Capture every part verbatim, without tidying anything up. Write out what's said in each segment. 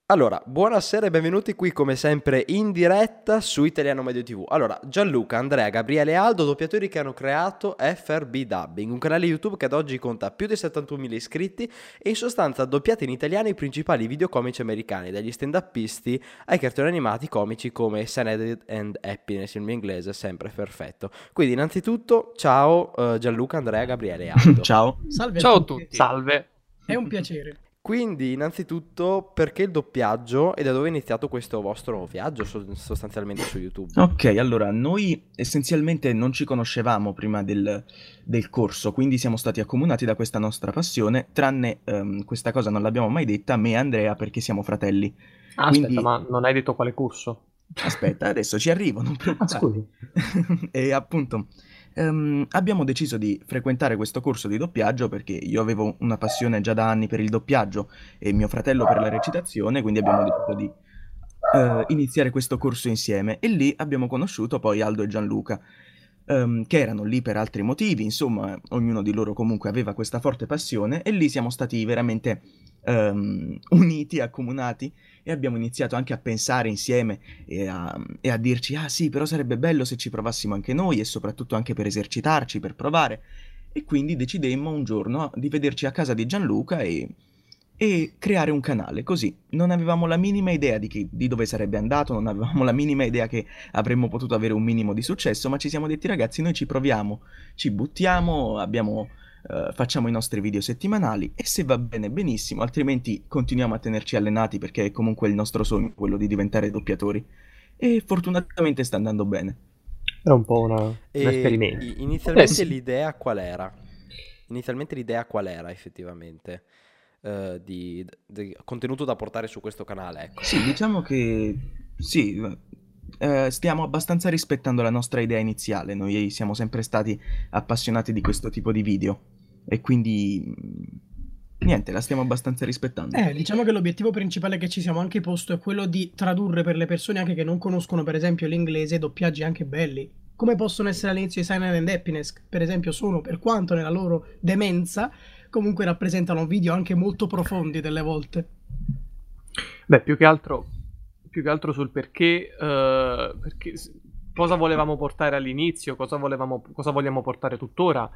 Allora, buonasera e benvenuti qui come sempre in diretta su Italiano Medio T V. Allora, Gianluca, Andrea, Gabriele e Aldo, doppiatori che hanno creato F R B Dubbing, un canale YouTube che ad oggi conta più di settantunomila iscritti e in sostanza doppiate in italiano i principali videocomici americani, dagli stand-upisti ai cartoni animati comici come Sanity and Happiness, il mio inglese è sempre perfetto. Quindi innanzitutto, ciao uh, Gianluca, Andrea, Gabriele e Aldo. Ciao. Salve a Ciao a tutti. tutti. Salve. È un piacere. Quindi, innanzitutto, perché il doppiaggio e da dove è iniziato questo vostro viaggio so- sostanzialmente su YouTube? Ok, allora, noi essenzialmente non ci conoscevamo prima del, del corso, quindi siamo stati accomunati da questa nostra passione, tranne ehm, questa cosa non l'abbiamo mai detta a me e a Andrea perché siamo fratelli. Ah, Quindi- aspetta, ma non hai detto quale corso? Aspetta, adesso ci arrivo, non Ah, preoccuparti. scusi. E appunto, ehm, abbiamo deciso di frequentare questo corso di doppiaggio perché io avevo una passione già da anni per il doppiaggio e mio fratello per la recitazione, quindi abbiamo deciso di eh, iniziare questo corso insieme e lì abbiamo conosciuto poi Aldo e Gianluca, ehm, che erano lì per altri motivi, insomma, ognuno di loro comunque aveva questa forte passione e lì siamo stati veramente ehm, uniti, accomunati e abbiamo iniziato anche a pensare insieme e a, e a dirci, ah sì, però sarebbe bello se ci provassimo anche noi e soprattutto anche per esercitarci, per provare. E quindi decidemmo un giorno di vederci a casa di Gianluca e, e creare un canale, così. Non avevamo la minima idea di, chi- di dove sarebbe andato, non avevamo la minima idea che avremmo potuto avere un minimo di successo, ma ci siamo detti ragazzi, noi ci proviamo, ci buttiamo, abbiamo eh, facciamo i nostri video settimanali e se va bene benissimo, altrimenti continuiamo a tenerci allenati perché è comunque il nostro sogno quello di diventare doppiatori e fortunatamente sta andando bene. È un po' una, un E esperimento. i- inizialmente Eh sì. l'idea qual era? Inizialmente l'idea qual era effettivamente? Eh, di, di contenuto da portare su questo canale, ecco. Sì, diciamo che sì, eh, stiamo abbastanza rispettando la nostra idea iniziale, noi siamo sempre stati appassionati di questo tipo di video e quindi mh, niente, la stiamo abbastanza rispettando. Eh, diciamo che l'obiettivo principale che ci siamo anche posto è quello di tradurre per le persone anche che non conoscono, per esempio, l'inglese, doppiaggi anche belli. Come possono essere all'inizio i Silent and Happiness, per esempio, sono, per quanto nella loro demenza, comunque rappresentano video anche molto profondi delle volte. Beh, più che altro, più che altro sul perché, eh, perché s- cosa volevamo portare all'inizio, cosa volevamo, cosa vogliamo portare tuttora.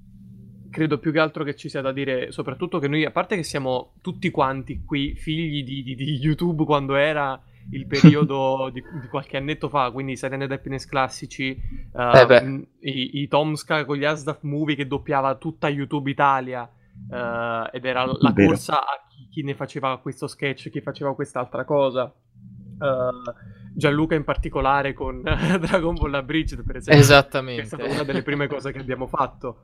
Credo più che altro che ci sia da dire, soprattutto che noi, a parte che siamo tutti quanti qui figli di, di- di YouTube quando era il periodo di, di qualche annetto fa, quindi i Silent and Happiness classici, Eh beh. ehm, i, i Tomska con gli Asdaf Movie che doppiava tutta YouTube Italia, eh, ed era la Vero. corsa a chi, chi ne faceva questo sketch, chi faceva quest'altra cosa. Eh, Gianluca in particolare con Dragon Ball Abridged, per esempio, che è Esattamente. stata una delle prime cose che abbiamo fatto.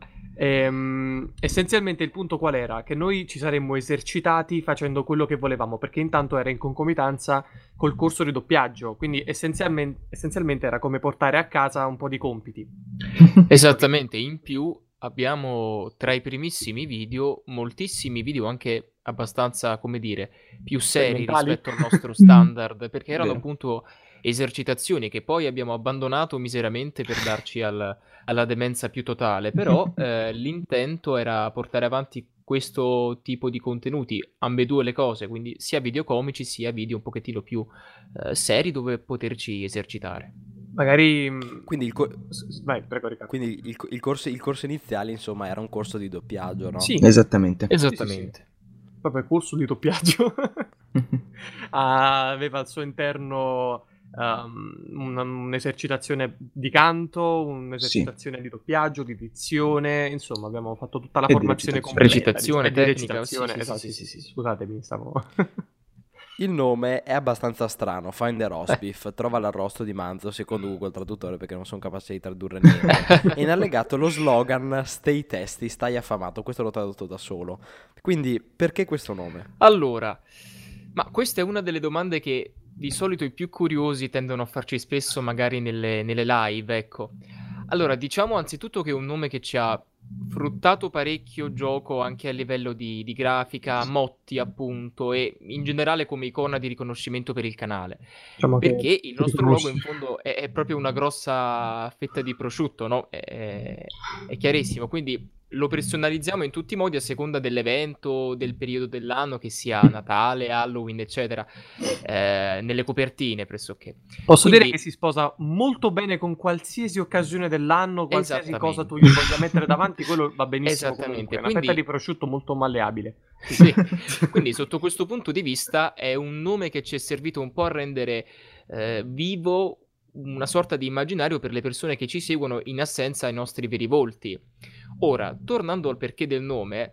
Ehm, essenzialmente il punto qual era? Che noi ci saremmo esercitati facendo quello che volevamo, perché intanto era in concomitanza col corso di doppiaggio, quindi essenzialmente, essenzialmente era come portare a casa un po' di compiti. Esattamente, in più abbiamo tra i primissimi video moltissimi video anche abbastanza, come dire, più seri Sperimentali. rispetto al nostro standard, perché erano Vero. appunto esercitazioni che poi abbiamo abbandonato miseramente per darci al- alla demenza più totale, però eh, l'intento era portare avanti questo tipo di contenuti, ambedue le cose, quindi sia video comici sia video un pochettino più eh, seri dove poterci esercitare. Magari... mh, Quindi il, co- s- s- vai, prego Riccardo. quindi il, co- il corso, il corso iniziale, insomma, era un corso di doppiaggio, no? Sì, Esattamente. Esattamente. proprio il corso di doppiaggio. Ah, aveva al suo interno um, una- un'esercitazione di canto, un'esercitazione di doppiaggio, di dizione, insomma abbiamo fatto tutta la E di formazione recitazione. completa. Recitazione, e di tecnica, recitazione, sì, sì, esatto, sì, sì, sì, sì, sì. scusatemi, stavo... Il nome è abbastanza strano, Find the Rosbif, trova l'arrosto di manzo secondo Google Traduttore perché non sono capace di tradurre niente. E in allegato lo slogan Stay Testy, stai affamato, questo l'ho tradotto da solo. Quindi perché questo nome? Allora, ma questa è una delle domande che di solito i più curiosi tendono a farci spesso, magari nelle, nelle live, ecco. Allora, diciamo anzitutto che è un nome che ci ha fruttato parecchio gioco anche a livello di, di grafica, motti appunto, e in generale come icona di riconoscimento per il canale. Diciamo che Perché il ti nostro logo in riconosci. fondo è, è proprio una grossa fetta di prosciutto, no? È, è chiarissimo, quindi lo personalizziamo in tutti i modi a seconda dell'evento, del periodo dell'anno, che sia Natale, Halloween, eccetera, eh, nelle copertine pressoché. Posso Quindi, dire che si sposa molto bene con qualsiasi occasione dell'anno, qualsiasi cosa esattamente, tu gli voglia mettere davanti, quello va benissimo comunque. esattamente. È una fetta di Quindi, prosciutto molto malleabile. sì, quindi sotto questo punto di vista è un nome che ci è servito un po' a rendere eh, vivo una sorta di immaginario per le persone che ci seguono in assenza ai nostri veri volti. Ora, tornando al perché del nome,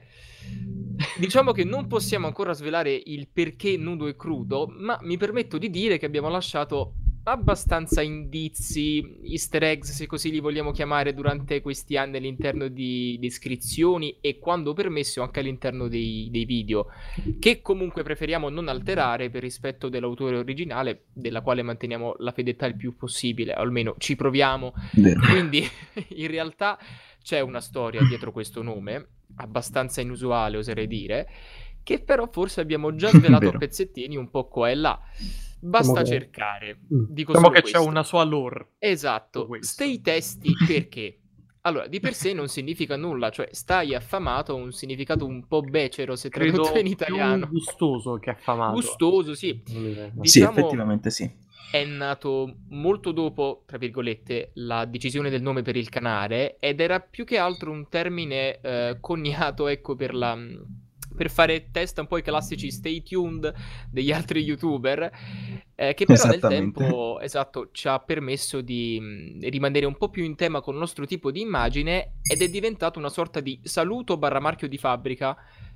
diciamo che non possiamo ancora svelare il perché nudo e crudo, ma mi permetto di dire che abbiamo lasciato abbastanza indizi, easter eggs, se così li vogliamo chiamare, durante questi anni all'interno di descrizioni e, quando permesso, anche all'interno dei, dei video, che comunque preferiamo non alterare per rispetto dell'autore originale, della quale manteniamo la fedeltà il più possibile, o almeno ci proviamo. Vero. Quindi in realtà c'è una storia dietro questo nome, abbastanza inusuale oserei dire, che però forse abbiamo già svelato a Vero. pezzettini un po' qua e là. Basta Diciamo che- cercare, Mm. dico Diciamo solo che c'è questo. una sua lore. Esatto, su questo. stay testi perché? Allora, di per sé non significa nulla, cioè stai affamato ha un significato un po' becero se Credo tradotto in più italiano. gustoso che affamato. Gustoso, sì. Non mi viene. Sì, Diciamo, effettivamente sì. è nato molto dopo, tra virgolette, la decisione del nome per il canale, ed era più che altro un termine eh, coniato, ecco, per la per fare testa un po' i classici stay tuned degli altri youtuber, eh, che però nel Esattamente. tempo, esatto, ci ha permesso di mh, rimanere un po' più in tema con il nostro tipo di immagine, ed è diventato una sorta di saluto barra marchio di fabbrica,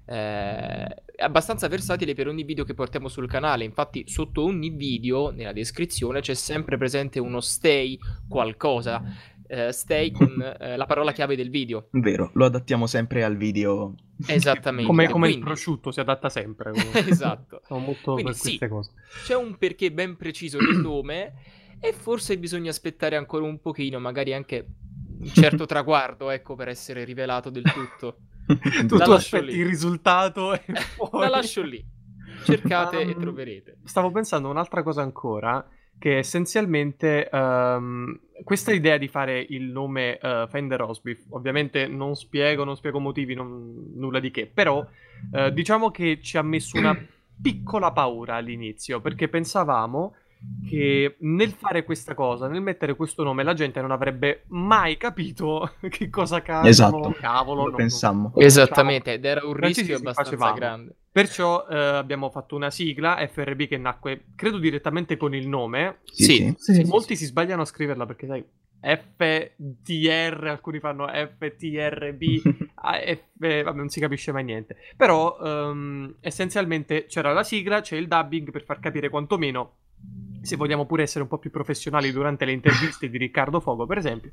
eh, abbastanza versatile per ogni video che portiamo sul canale. Infatti sotto ogni video, nella descrizione, c'è sempre presente uno stay qualcosa, eh, stay con eh, la parola chiave del video. Vero, lo adattiamo sempre al video. Esattamente. Come, come il Quindi- prosciutto si adatta sempre. comunque. Esatto. Siamo molto Quindi per sì, queste cose. c'è un perché ben preciso del nome, e forse bisogna aspettare ancora un pochino, magari anche un certo traguardo, ecco, per essere rivelato del tutto. Tu, La tu lascio aspetti lì. il risultato e poi... La lascio lì. Cercate e Um, troverete. Stavo pensando a un'altra cosa ancora, che essenzialmente ehm, questa idea di fare il nome eh, Fender Rosbeef, ovviamente non spiego, non spiego motivi, non- nulla di che, però eh, diciamo che ci ha messo una piccola paura all'inizio, perché pensavamo che nel fare questa cosa, nel mettere questo nome, la gente non avrebbe mai capito che cosa cavolo, Esatto, cavolo, lo non- pensammo. Esattamente, ed era un Sì, sì, rischio sì, abbastanza facevamo. grande. Perciò eh, abbiamo fatto una sigla F R B che nacque, credo, direttamente con il nome. Sì, Sì. sì. Sì, sì, Molti si sbagliano a scriverla perché, sai, F T R, alcuni fanno F T R B, A F, vabbè, non si capisce mai niente. Però ehm, essenzialmente c'era la sigla, c'è il dubbing per far capire quantomeno, se vogliamo pure essere un po' più professionali durante le interviste di Riccardo Fogo, per esempio,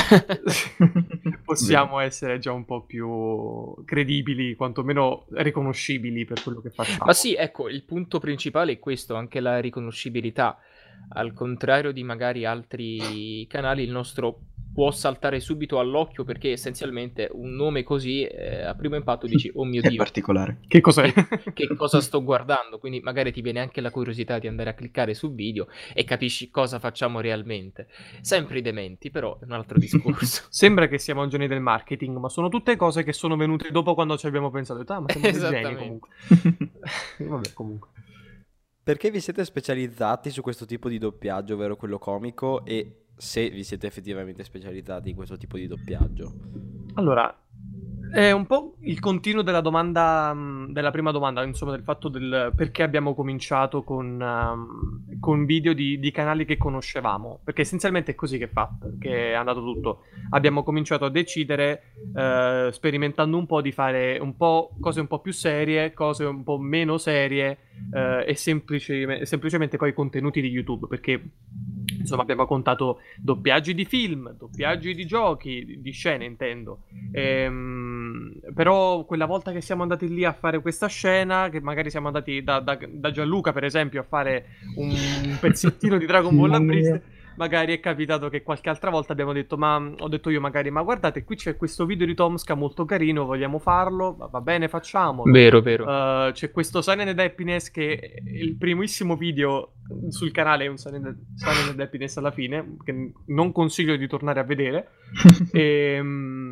possiamo essere già un po' più credibili, quantomeno riconoscibili per quello che facciamo. Ma sì, ecco, il punto principale è questo, anche la riconoscibilità. Al contrario di magari altri canali, il nostro può saltare subito all'occhio, perché essenzialmente un nome così, eh, a primo impatto dici, oh mio È Dio, particolare. Che cos'è? che cosa sto guardando? Quindi magari ti viene anche la curiosità di andare a cliccare sul video e capisci cosa facciamo realmente. Sempre i dementi, però è un altro discorso. Sembra che siamo geni del marketing, ma sono tutte cose che sono venute dopo quando ci abbiamo pensato. Ah, ma siamo dei geni Esattamente. comunque. Vabbè, comunque. Perché vi siete specializzati su questo tipo di doppiaggio, ovvero quello comico, e se vi siete effettivamente specializzati in questo tipo di doppiaggio? Allora, è un po' il continuo della domanda, mh, della prima domanda, insomma, del fatto del perché abbiamo cominciato con, um, con video di, di canali che conoscevamo. Perché essenzialmente è così che è fatto, che è andato tutto. Abbiamo cominciato a decidere, eh, sperimentando un po', di fare un po' cose un po' più serie, cose un po' meno serie, eh, e semplici- semplicemente poi contenuti di YouTube, perché insomma abbiamo contato doppiaggi di film, doppiaggi di giochi, di, di scene intendo. Ehm, però quella volta che siamo andati lì a fare questa scena, che magari siamo andati da, da- da Gianluca per esempio a fare un pezzettino di Dragon Ball Mamma mia. Unleashed, magari è capitato che qualche altra volta abbiamo detto, ma ho detto io magari, ma guardate, qui c'è questo video di Tomska molto carino, vogliamo farlo? Va va bene, facciamolo. Vero, vero. Uh, c'è questo Silent and Happiness che è il primissimo video sul canale, è un Silent Silent and Happiness alla fine, che non consiglio di tornare a vedere. e,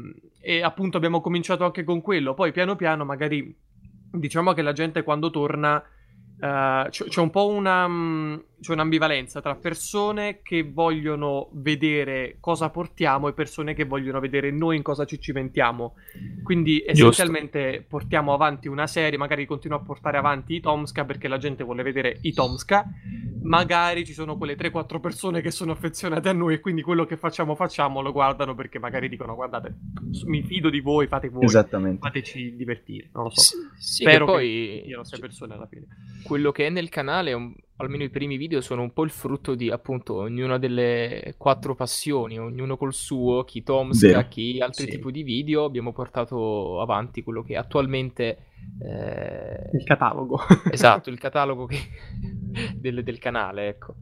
e appunto abbiamo cominciato anche con quello. Poi piano piano magari diciamo che la gente quando torna uh, c'è, c'è un po' una mh, c'è un'ambivalenza tra persone che vogliono vedere cosa portiamo e persone che vogliono vedere noi in cosa ci cimentiamo. Quindi essenzialmente Giusto. portiamo avanti una serie, magari continuo a portare avanti i Tomska perché la gente vuole vedere i Tomska, magari ci sono quelle tre quattro persone che sono affezionate a noi e quindi quello che facciamo facciamo lo guardano perché magari dicono guardate, mi fido di voi, fate voi, Esattamente. fateci divertire, non lo so. Sì, sì, Spero che poi che siano sei persone alla fine. Quello che è nel canale, è un, almeno i primi video, sono un po' il frutto di appunto ognuna delle quattro passioni, ognuno col suo, chi Tomska, Vero. chi altri Sì. tipi di video. Abbiamo portato avanti quello che attualmente eh... il catalogo. Esatto, il catalogo che... del, del canale, ecco.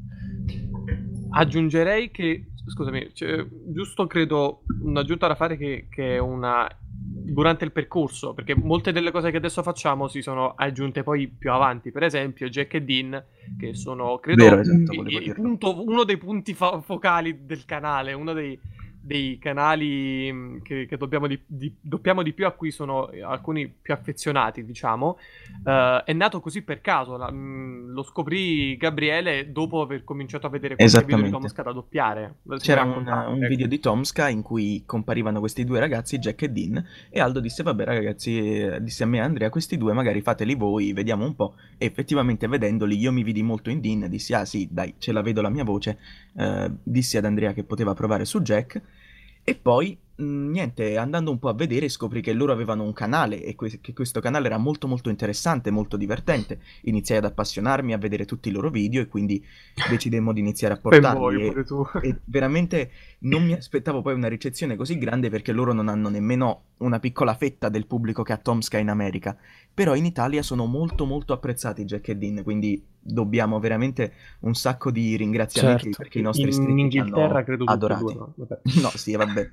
Aggiungerei che, scusami, cioè, giusto credo un'aggiunta da fare che, che è una durante il percorso, perché molte delle cose che adesso facciamo si sono aggiunte poi più avanti, per esempio Jack e Dean, che sono credo Vero, esatto, i- volevo i- dirlo. punto- uno dei punti fa- focali del canale, uno dei, dei canali mh, che, che dobbiamo di, di- doppiamo di più, a cui sono alcuni più affezionati, diciamo. Eh, è nato così per caso, la- mh, lo scoprì Gabriele dopo aver cominciato a vedere qualche video di Esattamente. Tomska da doppiare. Se C'era vuoi un, raccontare, un ecco. video di Tomska in cui comparivano questi due ragazzi, Jack e Dean, e Aldo disse vabbè ragazzi, eh, disse a me e a Andrea, questi due magari fateli voi, vediamo un po', e effettivamente vedendoli io mi vidi molto in Dean, dissi ah sì dai, ce la vedo la mia voce, eh, dissi ad Andrea che poteva provare su Jack, e poi mh, niente, andando un po' a vedere scopri che loro avevano un canale e que- che questo canale era molto molto interessante, molto divertente, iniziai ad appassionarmi a vedere tutti i loro video e quindi decidemmo di iniziare a portarli Fanboy e, pure tu. e veramente non mi aspettavo poi una ricezione così grande perché loro non hanno nemmeno una piccola fetta del pubblico che ha Tomska in America, però in Italia sono molto molto apprezzati Jack e Dean, quindi dobbiamo veramente un sacco di ringraziamenti Certo. perché i nostri In iscritti ci Inghilterra hanno credo tutti e adorati. due, no? Vabbè. No, sì, vabbè,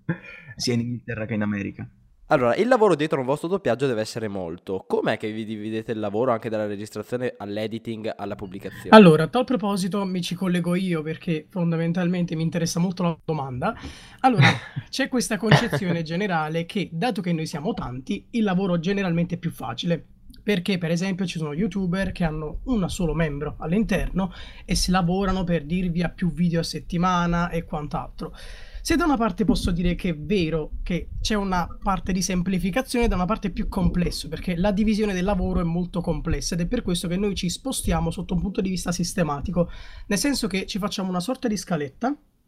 sia in Inghilterra che in America. Allora, il lavoro dietro un vostro doppiaggio deve essere molto. Com'è che vi dividete il lavoro anche dalla registrazione all'editing alla pubblicazione? Allora, a tal proposito mi ci collego io perché fondamentalmente mi interessa molto la domanda. Allora, c'è questa concezione generale che, dato che noi siamo tanti, il lavoro generalmente è più facile. Perché, per esempio, ci sono YouTuber che hanno un solo membro all'interno e si lavorano per dirvi a più video a settimana e quant'altro. Se da una parte posso dire che è vero che c'è una parte di semplificazione, da una parte è più complesso, perché la divisione del lavoro è molto complessa ed è per questo che noi ci spostiamo sotto un punto di vista sistematico, nel senso che ci facciamo una sorta di scaletta.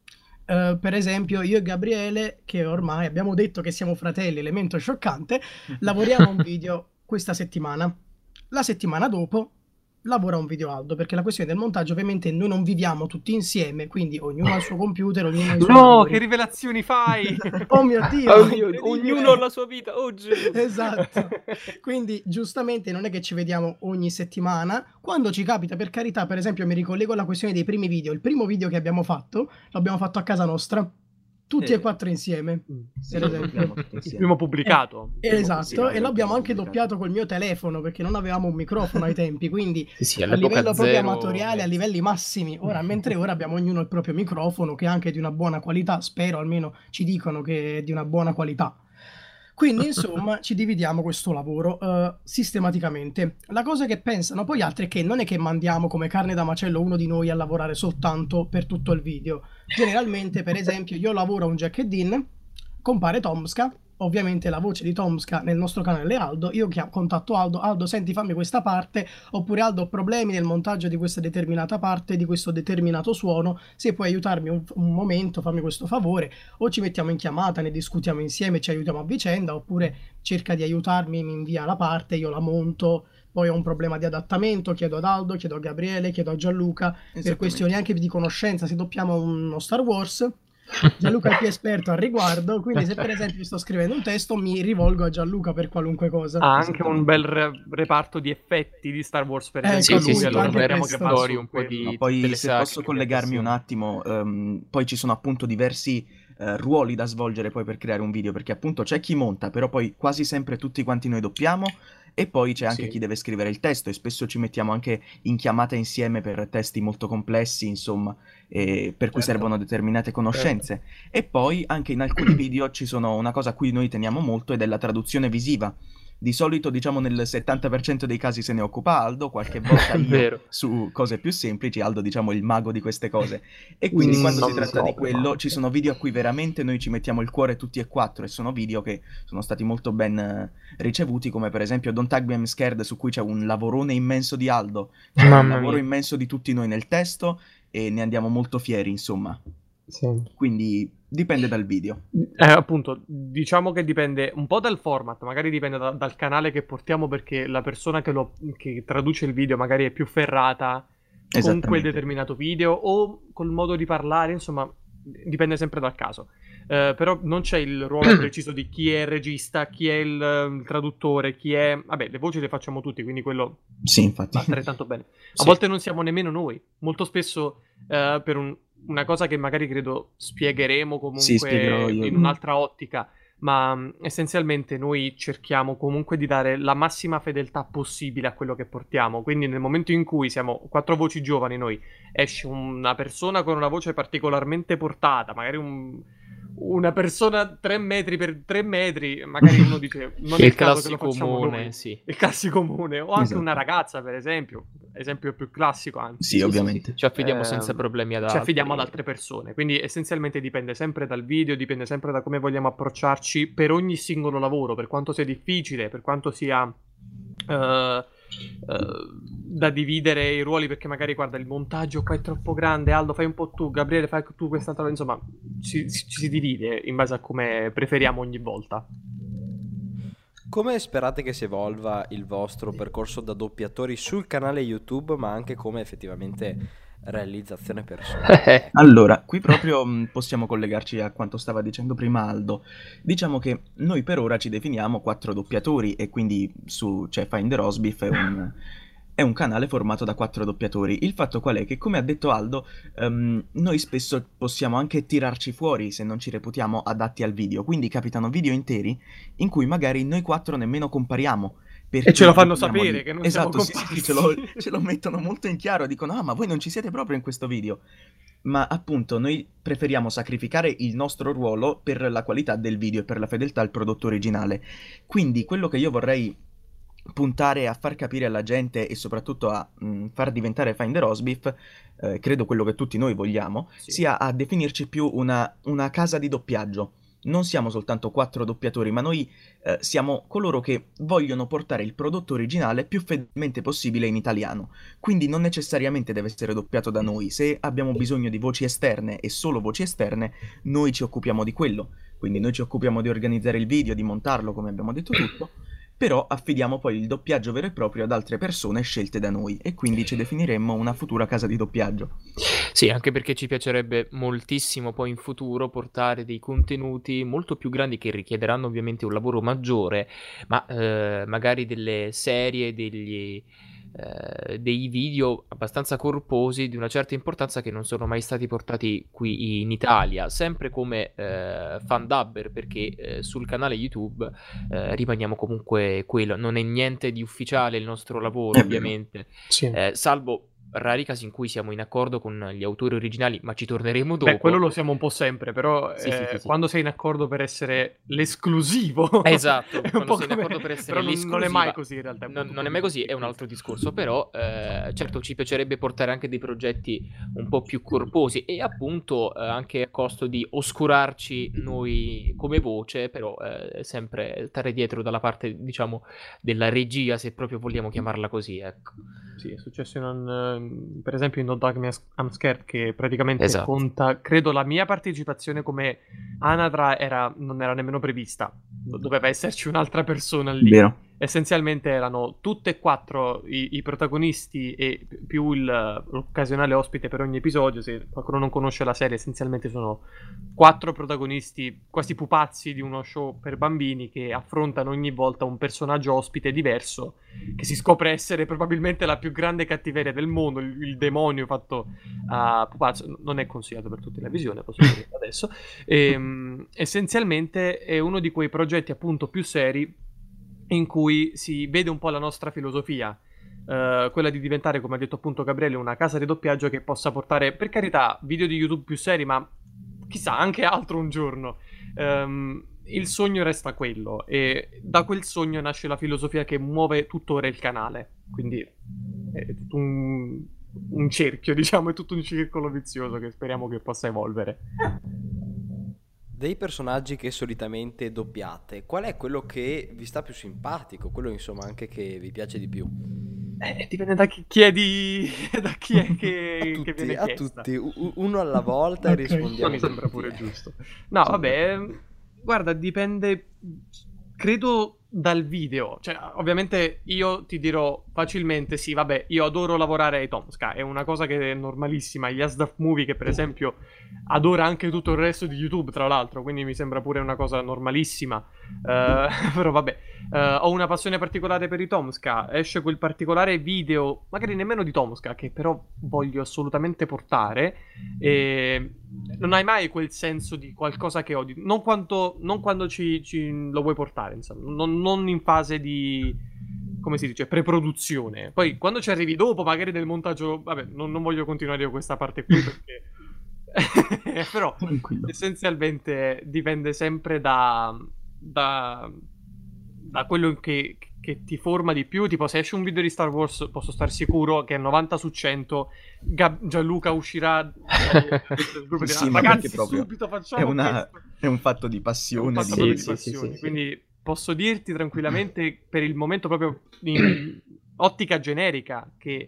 Uh, per esempio io e Gabriele, che ormai abbiamo detto che siamo fratelli, elemento scioccante, lavoriamo a un video questa settimana. La settimana dopo lavora un video Aldo, perché la questione del montaggio ovviamente noi non viviamo tutti insieme, quindi ognuno ha il suo computer, ognuno ha i suoi No, lavori. che rivelazioni fai? Oh mio Dio, Oh mio- incredibile. ognuno ha la sua vita, oh Gesù. Esatto. Quindi giustamente non è che ci vediamo ogni settimana, quando ci capita, per carità. Per esempio mi ricollego alla questione dei primi video. Il primo video che abbiamo fatto l'abbiamo fatto a casa nostra, tutti Sì. e quattro insieme. Sì, Per esempio. abbiamo tutti Il insieme. primo pubblicato. Eh, Primo esatto, pubblicato, e l'abbiamo anche pubblicato. doppiato col mio telefono perché non avevamo un microfono ai tempi, quindi Sì, sì, a all'epoca livello proprio zero amatoriale, a mezzo. livelli massimi. Ora, mentre ora abbiamo ognuno il proprio microfono che è anche di una buona qualità, spero almeno ci dicono che è di una buona qualità. Quindi, insomma, ci dividiamo questo lavoro eh, sistematicamente. La cosa che pensano poi altri è che non è che mandiamo come carne da macello uno di noi a lavorare soltanto per tutto il video. Generalmente, per esempio, io lavoro a un Jack e Dean, compare Tomska, ovviamente la voce di Tomska nel nostro canale è Aldo, io chiam- contatto Aldo, Aldo senti fammi questa parte, oppure Aldo ho problemi nel montaggio di questa determinata parte, di questo determinato suono, se puoi aiutarmi un, un momento, fammi questo favore, o ci mettiamo in chiamata, ne discutiamo insieme, ci aiutiamo a vicenda, oppure cerca di aiutarmi, mi invia la parte, io la monto, poi ho un problema di adattamento, chiedo ad Aldo, chiedo a Gabriele, chiedo a Gianluca, per Esattamente. questioni anche di conoscenza, se doppiamo uno Star Wars, Gianluca è il più esperto al riguardo, quindi se per esempio sto scrivendo un testo mi rivolgo a Gianluca per qualunque cosa. Ha anche un bel re- reparto di effetti di Star Wars, per Ecco, esempio. Sì, sì, lui, sì, appunto, allora anche speriamo questo. che vada fuori su un po' quello. di- No, tutte poi le se sacche posso che collegarmi un passioni. attimo, ehm, poi ci sono appunto diversi eh, ruoli da svolgere poi per creare un video, perché appunto c'è chi monta, però poi quasi sempre tutti quanti noi doppiamo, e poi c'è anche Sì. chi deve scrivere il testo e spesso ci mettiamo anche in chiamata insieme per testi molto complessi, insomma, e per cui Certo. servono determinate conoscenze. E poi anche in alcuni video ci sono una cosa a cui noi teniamo molto ed è la traduzione visiva. Di solito, diciamo, nel settanta per cento dei casi se ne occupa Aldo, qualche volta io Vero. su cose più semplici, Aldo diciamo il mago di queste cose. E quindi Mm, quando si non tratta di proprio, quello ma- ci sono video a cui veramente noi ci mettiamo il cuore tutti e quattro e sono video che sono stati molto ben eh, ricevuti, come per esempio Don't Tag Me I'm Scared, su cui c'è un lavorone immenso di Aldo, c'è un Mamma lavoro mia. immenso di tutti noi nel testo e ne andiamo molto fieri, insomma. Sì. Quindi dipende dal video. Eh, appunto, diciamo che dipende un po' dal format, magari dipende da- dal canale che portiamo, perché la persona che, lo, che traduce il video magari è più ferrata con quel Esattamente. determinato video o col modo di parlare, insomma, dipende sempre dal caso. Eh, però non c'è il ruolo preciso di chi è il regista, chi è il, eh, il traduttore, chi è... Vabbè, le voci le facciamo tutti, quindi quello Sì, infatti. va altrettanto bene. A Sì. volte non siamo nemmeno noi. Molto spesso, eh, per un- una cosa che magari credo spiegheremo Sì, spiegherò comunque io. in un'altra ottica, ma mh, essenzialmente noi cerchiamo comunque di dare la massima fedeltà possibile a quello che portiamo. Quindi nel momento in cui siamo quattro voci giovani, noi esce una persona con una voce particolarmente portata, magari un- una persona tre metri per tre metri, magari uno dice non è Il il caso che lo classico facciamo comune, noi. sì. Il classico comune, o anche Esatto. una ragazza, per esempio, esempio più classico, anzi. Sì, ovviamente. Ci affidiamo Ehm, senza problemi ad Ci altri. affidiamo ad altre persone, quindi essenzialmente dipende sempre dal video, dipende sempre da come vogliamo approcciarci per ogni singolo lavoro, per quanto sia difficile, per quanto sia eh, eh, da dividere i ruoli, perché magari guarda il montaggio qua è troppo grande, Aldo fai un po' tu, Gabriele fai tu quest'altra, insomma ci, ci si divide in base a come preferiamo ogni volta. Come sperate che si evolva il vostro percorso da doppiatori sul canale YouTube, ma anche come effettivamente realizzazione personale? Allora, qui proprio mh, possiamo collegarci a quanto stava dicendo prima Aldo. Diciamo che noi per ora ci definiamo quattro doppiatori e quindi su c'è Find the Rosbif è un, è un canale formato da quattro doppiatori. Il fatto qual è? Che come ha detto Aldo, ehm, noi spesso possiamo anche tirarci fuori se non ci reputiamo adatti al video. Quindi capitano video interi in cui magari noi quattro nemmeno compariamo. E ce lo fanno mettiamo sapere lì. che non Esatto, siamo sì, sì, comparsi. ce lo, ce lo mettono molto in chiaro, dicono ah ma voi non ci siete proprio in questo video. Ma appunto noi preferiamo sacrificare il nostro ruolo per la qualità del video e per la fedeltà al prodotto originale. Quindi quello che io vorrei puntare a far capire alla gente e soprattutto a mh, far diventare Find the Rosbif, eh, credo quello che tutti noi vogliamo, Sì. sia a definirci più una, una casa di doppiaggio. Non siamo soltanto quattro doppiatori, ma noi eh, siamo coloro che vogliono portare il prodotto originale più fedelmente possibile in italiano. Quindi non necessariamente deve essere doppiato da noi. Se abbiamo bisogno di voci esterne e solo voci esterne, noi ci occupiamo di quello. Quindi noi ci occupiamo di organizzare il video, di montarlo, come abbiamo detto tutto, però affidiamo poi il doppiaggio vero e proprio ad altre persone scelte da noi e quindi ci definiremmo una futura casa di doppiaggio. Sì, anche perché ci piacerebbe moltissimo poi in futuro portare dei contenuti molto più grandi che richiederanno ovviamente un lavoro maggiore, ma eh, magari delle serie, degli, eh, dei video abbastanza corposi di una certa importanza che non sono mai stati portati qui in Italia, sempre come eh, fandubber, perché eh, sul canale YouTube eh, rimaniamo comunque quello, non è niente di ufficiale il nostro lavoro, È vero. ovviamente, Sì. eh, salvo rari casi in cui siamo in accordo con gli autori originali, ma ci torneremo dopo. Beh, quello lo siamo un po' sempre, però Sì, sì, eh, sì, sì. quando sei in accordo per essere l'esclusivo Esatto, è un quando po' sei in come- accordo per essere però non, non è mai l'esclusiva. così in realtà. Non, molto non è mai così, è un piccolo. altro discorso, però eh, certo ci piacerebbe portare anche dei progetti un po' più corposi e appunto eh, anche a costo di oscurarci noi come voce, però eh, sempre stare dietro dalla parte, diciamo, della regia, se proprio vogliamo chiamarla così, ecco. Sì, è successo in un, eh, per esempio in Don't Tag Me I'm Scared, che praticamente Esatto. conta, credo la mia partecipazione come anatra era, non era nemmeno prevista, Do- doveva esserci un'altra persona lì. Vero. Essenzialmente erano tutte e quattro i, i protagonisti e pi- più il, l'occasionale ospite per ogni episodio. Se qualcuno non conosce la serie, essenzialmente sono quattro protagonisti, quasi pupazzi di uno show per bambini, che affrontano ogni volta un personaggio ospite diverso, che si scopre essere probabilmente la più grande cattiveria del mondo, il, il demonio fatto a pupazzo. Non è consigliato per tutti la visione, posso dire adesso. Ehm, essenzialmente è uno di quei progetti appunto più seri in cui si vede un po' la nostra filosofia, eh, quella di diventare, come ha detto appunto Gabriele, una casa di doppiaggio che possa portare, per carità, video di YouTube più seri, ma chissà, anche altro un giorno. Um, il sogno resta quello, e da quel sogno nasce la filosofia che muove tuttora il canale, quindi è tutto un, un cerchio, diciamo, è tutto un circolo vizioso che speriamo che possa evolvere. Dei personaggi che solitamente doppiate, qual è quello che vi sta più simpatico? Quello insomma anche che vi piace di più? Eh, dipende da chi chiedi, da chi è che, A che tutti, viene a chiesta. tutti, u- uno alla volta e Ok. rispondiamo Mi sembra tutti, pure eh. giusto. No, vabbè, guarda, dipende, credo, dal video. Cioè, ovviamente io ti dirò facilmente, sì, vabbè, io adoro lavorare ai Tomska, è una cosa che è normalissima. Gli Asdaf Movie, che per esempio adora anche tutto il resto di YouTube, tra l'altro, quindi mi sembra pure una cosa normalissima. Eh, però vabbè, eh, ho una passione particolare per i Tomska, esce quel particolare video, magari nemmeno di Tomska, che però voglio assolutamente portare, e non hai mai quel senso di qualcosa che odi, non, quanto, non quando ci, ci lo vuoi portare, insomma, non, non in fase di, come si dice, preproduzione. Poi quando ci arrivi dopo, magari del montaggio, vabbè, non, non voglio continuare io questa parte qui perché però Tranquillo. essenzialmente dipende sempre da, da, da quello che, che ti forma di più. Tipo, se esce un video di Star Wars, posso star sicuro che novanta su cento Gab- Gianluca uscirà dal gruppo e dirà, Sì, ma ragazzi, perché proprio subito è, facciamo una, questo. è un fatto di È un passione. fatto Di... proprio Sì, di sì, sì, passione. sì, sì. Quindi posso dirti tranquillamente, per il momento, proprio in ottica generica, che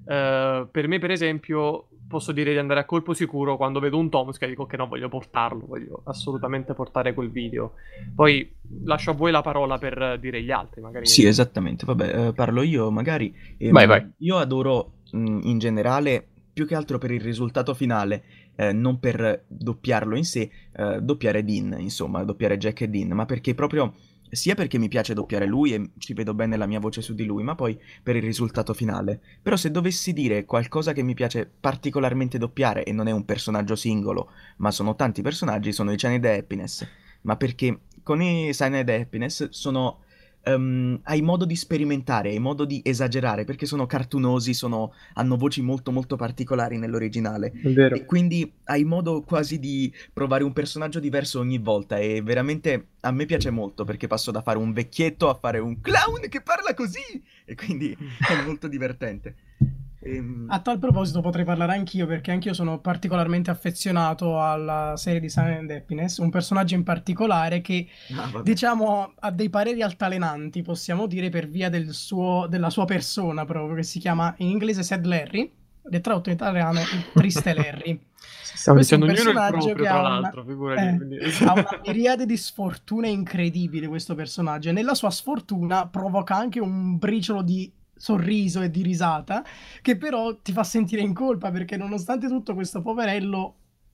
eh, per me, per esempio, posso dire di andare a colpo sicuro quando vedo un Tomska e dico che no, voglio portarlo, voglio assolutamente portare quel video. Poi lascio a voi la parola per dire gli altri, magari. Sì, esattamente. Vabbè, eh, parlo io magari. Ehm, Vai, vai. Io adoro mh, in generale, più che altro per il risultato finale, eh, non per doppiarlo in sé, eh, doppiare Dean, insomma, doppiare Jack e Dean, ma perché proprio, sia perché mi piace doppiare lui e ci vedo bene la mia voce su di lui, ma poi per il risultato finale. Però se dovessi dire qualcosa che mi piace particolarmente doppiare, e non è un personaggio singolo, ma sono tanti personaggi, sono i Cyanide Happiness. Ma perché con i Cyanide Happiness sono... ehm, hai modo di sperimentare, hai modo di esagerare, perché sono cartunosi, sono, hanno voci molto molto particolari nell'originale. È vero. E quindi hai modo quasi di provare un personaggio diverso ogni volta, e veramente a me piace molto, perché passo da fare un vecchietto a fare un clown che parla così, e quindi è molto divertente. Ehm, A tal proposito potrei parlare anch'io, perché anch'io sono particolarmente affezionato alla serie di Silent and Happiness, un personaggio in particolare che, ah, vabbè. diciamo, ha dei pareri altalenanti, possiamo dire, per via del suo, della sua persona proprio, che si chiama in inglese Sad Larry, e tradotto in italiano il Triste Larry. Stiamo Questo è un dicendo ognuno il personaggio proprio, che tra ha una, l'altro, figurati. eh, quindi- ha una miriade di sfortune incredibili, questo personaggio, e nella sua sfortuna provoca anche un briciolo di sorriso e di risata, che però ti fa sentire in colpa, perché nonostante tutto questo poverello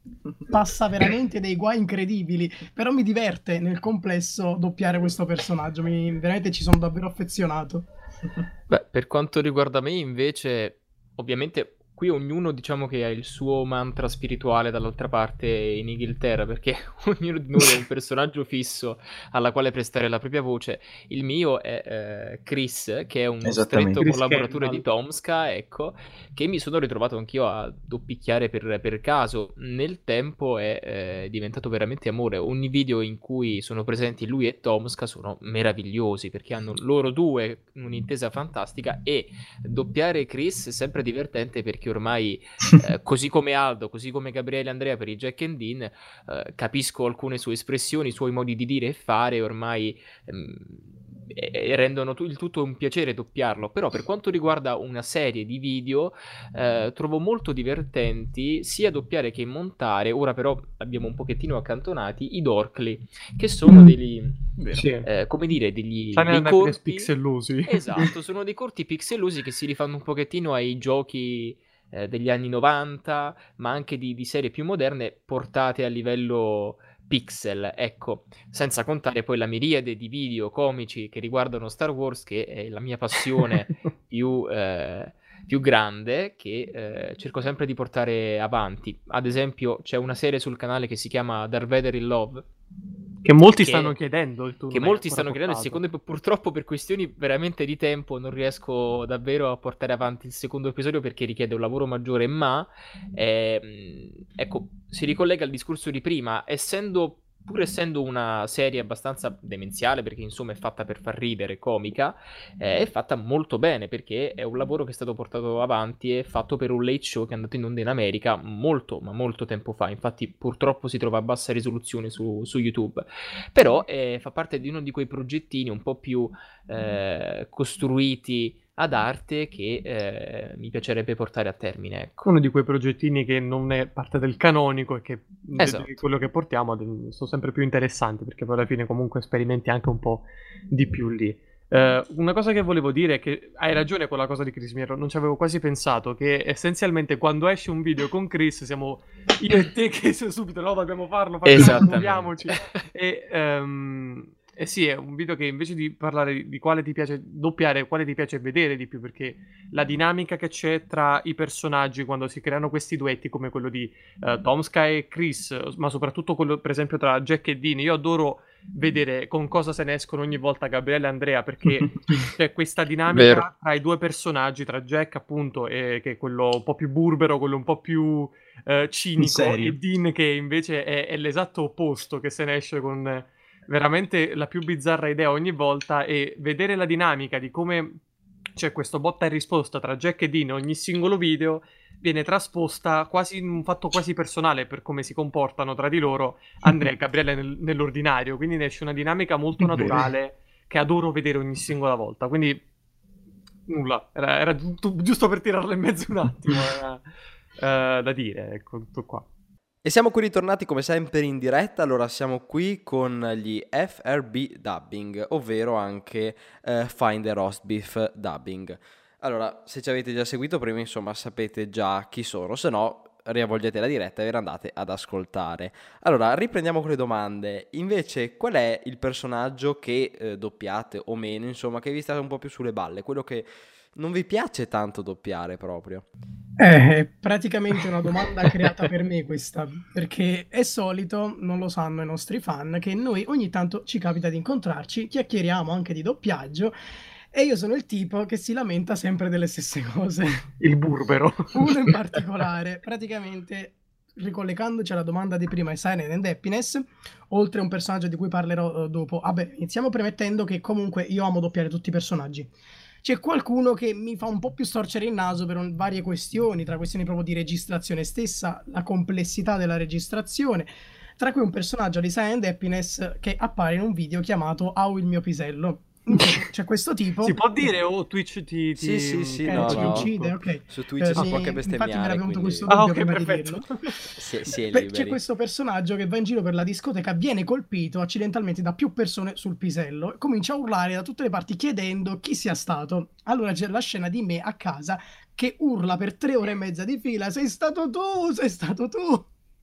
passa veramente dei guai incredibili, però mi diverte nel complesso doppiare questo personaggio, mi, veramente ci sono davvero affezionato. Beh, per quanto riguarda me, invece, ovviamente qui ognuno diciamo che ha il suo mantra spirituale dall'altra parte in Inghilterra, perché ognuno di noi è un personaggio fisso alla quale prestare la propria voce. Il mio è eh, Chris, che è uno Esattamente. stretto Chris collaboratore Kendall. di Tomska, ecco, che mi sono ritrovato anch'io a doppicchiare per, per caso. Nel tempo è eh, diventato veramente amore. Ogni video in cui sono presenti lui e Tomska sono meravigliosi, perché hanno loro due un'intesa fantastica, e doppiare Chris è sempre divertente, perché ormai eh, così come Aldo, così come Gabriele e Andrea per i Jack and Dean, eh, capisco alcune sue espressioni, i suoi modi di dire e fare, ormai ehm, e rendono tu- il tutto un piacere doppiarlo. Però per quanto riguarda una serie di video, eh, trovo molto divertenti sia doppiare che montare. Ora però abbiamo un pochettino accantonati i Dorkly, che sono degli, Vero. Sì. eh, come dire, degli, Sai, dei non è per corti pixellosi. esatto, sono dei corti pixelosi che si rifanno un pochettino ai giochi eh, degli anni novanta, ma anche di, di serie più moderne portate a livello pixel, ecco, senza contare poi la miriade di video comici che riguardano Star Wars, che è la mia passione più, eh, più grande, che eh, cerco sempre di portare avanti. Ad esempio, c'è una serie sul canale che si chiama Darth Vader in Love, Che molti che, stanno chiedendo. Tu che molti stanno chiedendo. Il secondo, purtroppo, per questioni veramente di tempo, non riesco davvero a portare avanti il secondo episodio perché richiede un lavoro maggiore. Ma ehm, ecco, si ricollega al discorso di prima, essendo. Pur essendo una serie abbastanza demenziale, perché insomma è fatta per far ridere, comica, eh, è fatta molto bene, perché è un lavoro che è stato portato avanti e fatto per un late show che è andato in onda in America molto, ma molto tempo fa. Infatti purtroppo si trova a bassa risoluzione su, su YouTube. Però eh, fa parte di uno di quei progettini un po' più eh, costruiti ad arte che eh, mi piacerebbe portare a termine, ecco. Uno di quei progettini che non è parte del canonico e che esatto. de- de- quello che portiamo sono sempre più interessanti, perché poi alla fine comunque sperimenti anche un po' di più lì. Uh, una cosa che volevo dire è che hai ragione con la cosa di Chris Miero, non ci avevo quasi pensato, che essenzialmente quando esce un video con Chris siamo io e te che subito no, dobbiamo farlo, facciamo, muoviamoci e... Um, Eh sì, è un video che invece di parlare di quale ti piace doppiare, quale ti piace vedere di più, perché la dinamica che c'è tra i personaggi quando si creano questi duetti come quello di uh, Tom Sky e Chris, ma soprattutto quello per esempio tra Jack e Dean, io adoro vedere con cosa se ne escono ogni volta Gabriele e Andrea, perché c'è questa dinamica Vero. tra i due personaggi, tra Jack appunto e, che è quello un po' più burbero, quello un po' più uh, cinico, e Dean che invece è, è l'esatto opposto, che se ne esce con... veramente la più bizzarra idea ogni volta, e vedere la dinamica di come c'è questo botta e risposta tra Jack e Dean ogni singolo video viene trasposta quasi in un fatto quasi personale per come si comportano tra di loro Andrea e Gabriele nel, nell'ordinario, quindi ne esce una dinamica molto naturale che adoro vedere ogni singola volta, quindi nulla, era, era giusto, giusto per tirarla in mezzo un attimo, era, uh, da dire, ecco, tutto qua. E siamo qui ritornati come sempre in diretta. Allora siamo qui con gli F R B Dubbing, ovvero anche eh, Find the Roast Beef Dubbing. Allora, se ci avete già seguito prima, insomma, sapete già chi sono, se no riavvolgete la diretta e ve la andate ad ascoltare. Allora, riprendiamo con le domande. Invece, qual è il personaggio che eh, doppiate o meno, insomma, che vi state un po' più sulle balle, quello che non vi piace tanto doppiare proprio? Eh, è praticamente una domanda creata per me questa, perché è solito, non lo sanno i nostri fan, che noi ogni tanto ci capita di incontrarci, chiacchieriamo anche di doppiaggio, e io sono il tipo che si lamenta sempre delle stesse cose. Il burbero. Uno in particolare, praticamente, ricollegandoci alla domanda di prima, Silent and Happiness, oltre a un personaggio di cui parlerò uh, dopo. Vabbè, iniziamo premettendo che comunque io amo doppiare tutti i personaggi. C'è qualcuno che mi fa un po' più storcere il naso per un, varie questioni, tra questioni proprio di registrazione stessa, la complessità della registrazione, tra cui un personaggio di Silent Happiness che appare in un video chiamato Au il mio pisello. C'è questo tipo. Si può dire o oh, Twitch ti, ti... Sì, sì, sì, eh, no, ci no. uccide, ok. Su Twitch eh, si può anche bestemmiare. Infatti mi era venuto quindi... questo dubbio ah, ok, prima perfetto. di dirlo. Sì, sì, è Beh, c'è questo personaggio che va in giro per la discoteca, viene colpito accidentalmente da più persone sul pisello e comincia a urlare da tutte le parti chiedendo chi sia stato. Allora c'è la scena di me a casa che urla per tre ore e mezza di fila: sei stato tu, sei stato tu.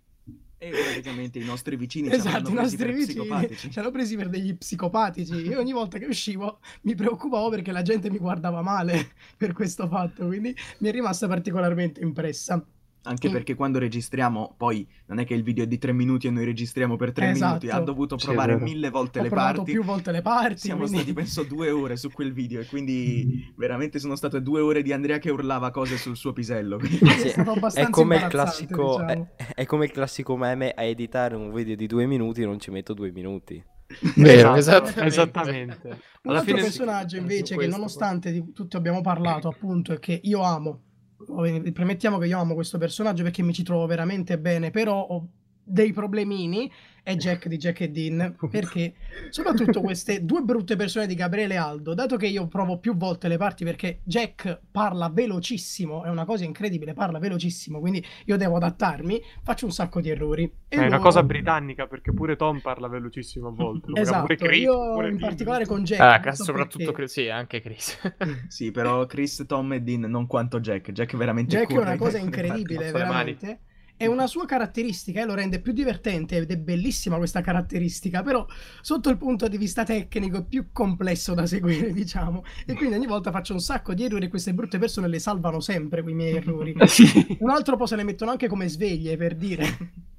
E praticamente i nostri vicini esatto, ci i hanno nostri presi per vicini psicopatici. ci hanno presi per degli psicopatici e ogni volta che uscivo mi preoccupavo perché la gente mi guardava male per questo fatto, quindi mi è rimasta particolarmente impressa. Anche perché quando registriamo, poi non è che il video è di tre minuti e noi registriamo per tre esatto. minuti, ha dovuto provare sì, mille volte Ho le provato parti. più volte le parti. Siamo quindi... stati penso due ore su quel video e quindi veramente sono state due ore di Andrea che urlava cose sul suo pisello. Sì, è stato abbastanza è come il imbarazzante, classico diciamo. è, è come il classico meme: a editare un video di due minuti non ci metto due minuti. Vero, esatto, esattamente. esattamente. Un Alla altro fine personaggio invece che questo, nonostante di tutti abbiamo parlato appunto e che io amo, premettiamo che io amo questo personaggio perché mi ci trovo veramente bene, però ho dei problemini, è Jack di Jack e Dean, perché soprattutto queste due brutte persone di Gabriele e Aldo, dato che io provo più volte le parti perché Jack parla velocissimo, è una cosa incredibile, parla velocissimo, quindi io devo adattarmi, faccio un sacco di errori. E è una loro... cosa britannica perché pure Tom parla velocissimo a volte. Esatto, pure Chris, io pure in Dean. particolare con Jack. Ah, non so soprattutto perché. Chris, sì, anche Chris. Sì, però Chris, Tom e Dean non quanto Jack. Jack veramente Jack è corre una in cosa alcune parti. incredibile, alza le mani. veramente. È una sua caratteristica e lo rende più divertente ed è bellissima questa caratteristica, però sotto il punto di vista tecnico è più complesso da seguire, diciamo, e quindi ogni volta faccio un sacco di errori e queste brutte persone le salvano sempre quei miei errori. Un altro po' se le mettono anche come sveglie, per dire.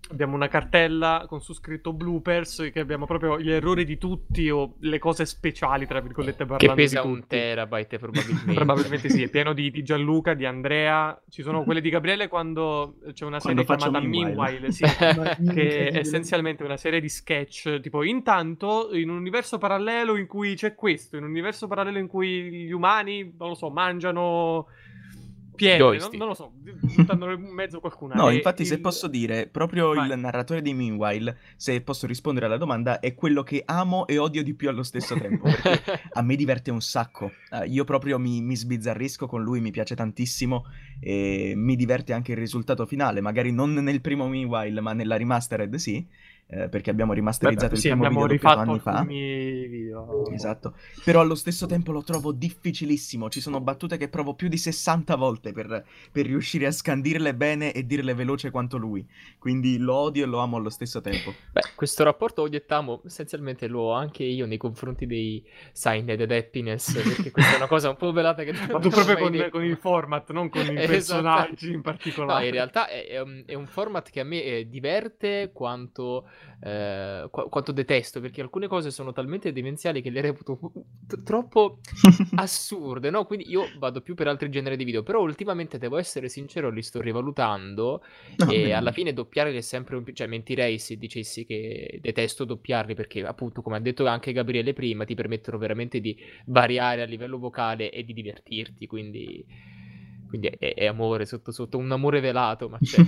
abbiamo una cartella con su scritto bloopers, che abbiamo proprio gli errori di tutti o le cose speciali, tra virgolette, parlando Che pesa di un tutti. terabyte probabilmente. Probabilmente sì, è pieno di, di Gianluca, di Andrea, ci sono quelle di Gabriele quando c'è una Quando serie faccio chiamata Meanwhile. Meanwhile, sì, Ma che è incredibile. essenzialmente una serie di sketch, tipo intanto in un universo parallelo in cui c'è questo, in un universo parallelo in cui gli umani, non lo so, mangiano pietre, non, Joystick. non lo so, buttandolo in mezzo qualcuna. No, E infatti, se il- posso dire, proprio Vai. il narratore di Meanwhile, se posso rispondere alla domanda, è quello che amo e odio di più allo stesso tempo, perché a me diverte un sacco. Eh, io proprio mi, mi sbizzarrisco con lui, mi piace tantissimo e mi diverte anche il risultato finale, magari non nel primo Meanwhile, ma nella remastered sì, eh, perché abbiamo rimasterizzato Beh, il sì, primo abbiamo video doppiato rifatto anni fa. alcuni video. Esatto, però allo stesso tempo lo trovo difficilissimo. Ci sono battute che provo più di sessanta volte per, per riuscire a scandirle bene e dirle veloce quanto lui. Quindi lo odio e lo amo allo stesso tempo. Beh, questo rapporto odio e amo essenzialmente lo ho anche io nei confronti dei Signed ed Happiness, perché questa è una cosa un po' velata che non Ma tu abbiamo proprio mai con, detto. con il format, non con i Esatto. personaggi in No, particolare. in realtà è, è un, è un format che a me eh, diverte quanto, eh, qua- quanto detesto, perché alcune cose sono talmente demenziali che le reputo t- troppo assurde, no? Quindi io vado più per altri generi di video, però ultimamente devo essere sincero, li sto rivalutando No, e bene, alla bene. fine doppiarli è sempre un pi- cioè mentirei se dicessi che detesto doppiarli perché appunto come ha detto anche Gabriele prima ti permettono veramente di variare a livello vocale e di divertirti, quindi, quindi è, è amore sotto sotto, un amore velato, ma c'è.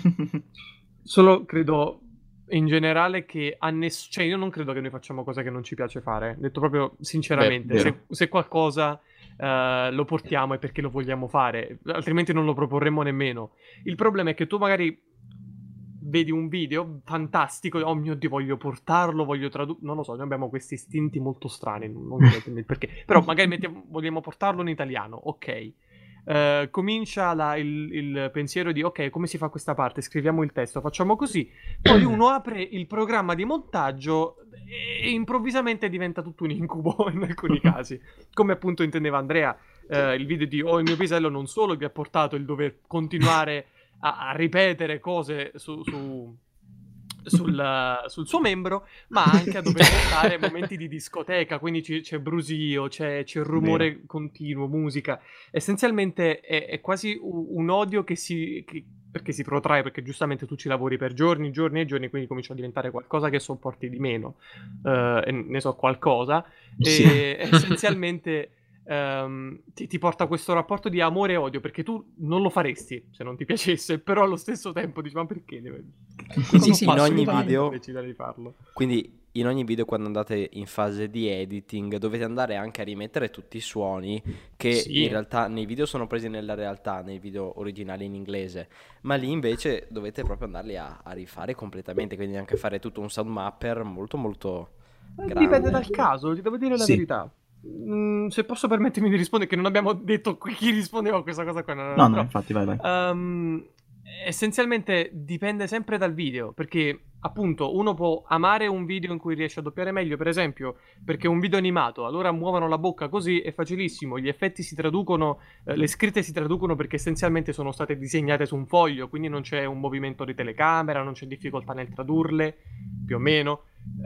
Solo credo in generale che a ness- cioè io non credo che noi facciamo cose che non ci piace fare, detto proprio sinceramente. Beh, se, vero. se qualcosa eh, lo portiamo è perché lo vogliamo fare, altrimenti non lo proporremmo nemmeno. Il problema è che tu magari vedi un video fantastico, oh mio Dio, voglio portarlo, voglio tradurre, non lo so, noi abbiamo questi istinti molto strani, non chiedetemi il perché, però magari mettiamo- vogliamo portarlo in italiano, ok. Eh, comincia la- il, il pensiero di ok, come si fa questa parte? Scriviamo il testo, facciamo così. Poi uno apre il programma di montaggio e improvvisamente diventa tutto un incubo in alcuni casi. Come appunto intendeva Andrea, eh, il video di Oh il mio pisello non solo vi ha portato il dover continuare a, a ripetere cose su, su- sul, sul suo membro, ma anche a dover portare momenti di discoteca, quindi ci- c'è brusio, c'è, c'è il rumore continuo, musica. Essenzialmente è, è quasi u- un odio che si... che- perché si protrae, perché giustamente tu ci lavori per giorni, giorni e giorni, quindi comincia a diventare qualcosa che sopporti di meno. Eh, e ne so qualcosa. Sì. E essenzialmente ehm, ti, ti porta questo rapporto di amore e odio, perché tu non lo faresti se non ti piacesse, però allo stesso tempo dici, ma perché? Deve... Quindi sì, in ogni assolutamente. video, decidere di farlo. quindi in ogni video quando andate in fase di editing dovete andare anche a rimettere tutti i suoni che Sì. in realtà nei video sono presi nella realtà, nei video originali in inglese, ma lì invece dovete proprio andarli a, a rifare completamente, quindi anche fare tutto un sound mapper molto molto Eh, grande. Dipende dal caso, ti devo dire la Sì. verità. Mm, se posso permettermi di rispondere, che non abbiamo detto qui chi rispondeva a questa cosa qua. No, no, no, No, no, però, infatti, vai, vai. ehm, essenzialmente dipende sempre dal video, perché appunto uno può amare un video in cui riesce a doppiare meglio, per esempio, perché è un video animato, allora muovono la bocca così, è facilissimo, gli effetti si traducono, eh, le scritte si traducono perché essenzialmente sono state disegnate su un foglio, quindi non c'è un movimento di telecamera, non c'è difficoltà nel tradurle, più o meno.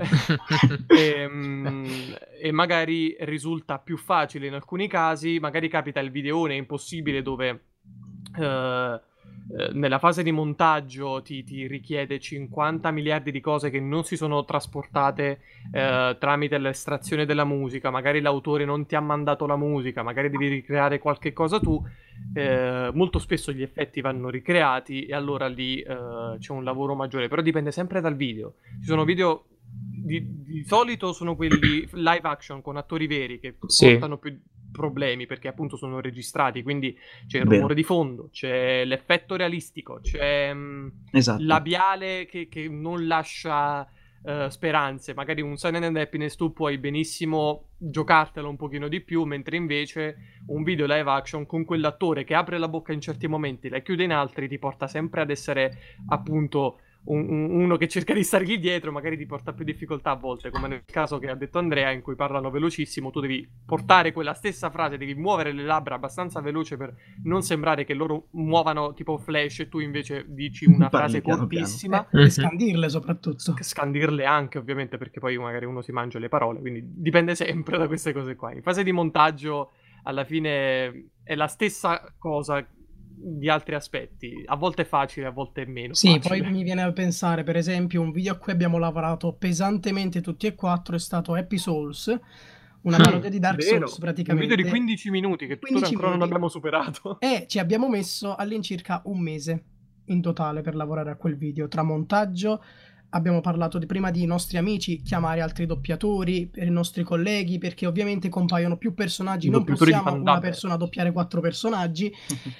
e, mm, e magari risulta più facile in alcuni casi, magari capita il videone impossibile dove eh, eh, nella fase di montaggio ti, ti richiede cinquanta miliardi di cose che non si sono trasportate eh, tramite l'estrazione della musica, magari l'autore non ti ha mandato la musica, magari devi ricreare qualche cosa tu, eh, molto spesso gli effetti vanno ricreati e allora lì eh, c'è un lavoro maggiore, però dipende sempre dal video. Ci sono video di, di solito sono quelli live action con attori veri che Sì. portano più problemi perché appunto sono registrati, quindi c'è il Vero. rumore di fondo, c'è l'effetto realistico, c'è mh, Esatto. labiale che, che non lascia eh, speranze. Magari un Silent and Happiness tu puoi benissimo giocartelo un pochino di più, mentre invece un video live action con quell'attore che apre la bocca in certi momenti, la chiude in altri, ti porta sempre ad essere appunto un- un- uno che cerca di stargli dietro magari ti porta più difficoltà a volte, come nel caso che ha detto Andrea, in cui parlano velocissimo, tu devi portare quella stessa frase, devi muovere le labbra abbastanza veloce per non sembrare che loro muovano tipo flash e tu invece dici una Parli frase piano piano. cortissima. Eh, Mhm. e scandirle soprattutto. Scandirle anche ovviamente, perché poi magari uno si mangia le parole, quindi dipende sempre da queste cose qua. In fase di montaggio alla fine è la stessa cosa di altri aspetti, a volte è facile, a volte è meno Sì, facile. poi mi viene a pensare, per esempio, un video a cui abbiamo lavorato pesantemente tutti e quattro è stato Happy Souls, una Mm, parodia di Dark Vero, Souls un praticamente. video di quindici minuti che tuttora quindici ancora non minuti. abbiamo superato. E ci abbiamo messo all'incirca un mese in totale per lavorare a quel video. Tra montaggio abbiamo parlato di, prima di nostri amici, chiamare altri doppiatori, per i nostri colleghi, perché ovviamente compaiono più personaggi, I non doppiatori di possiamo Van una Damme. persona doppiare quattro personaggi.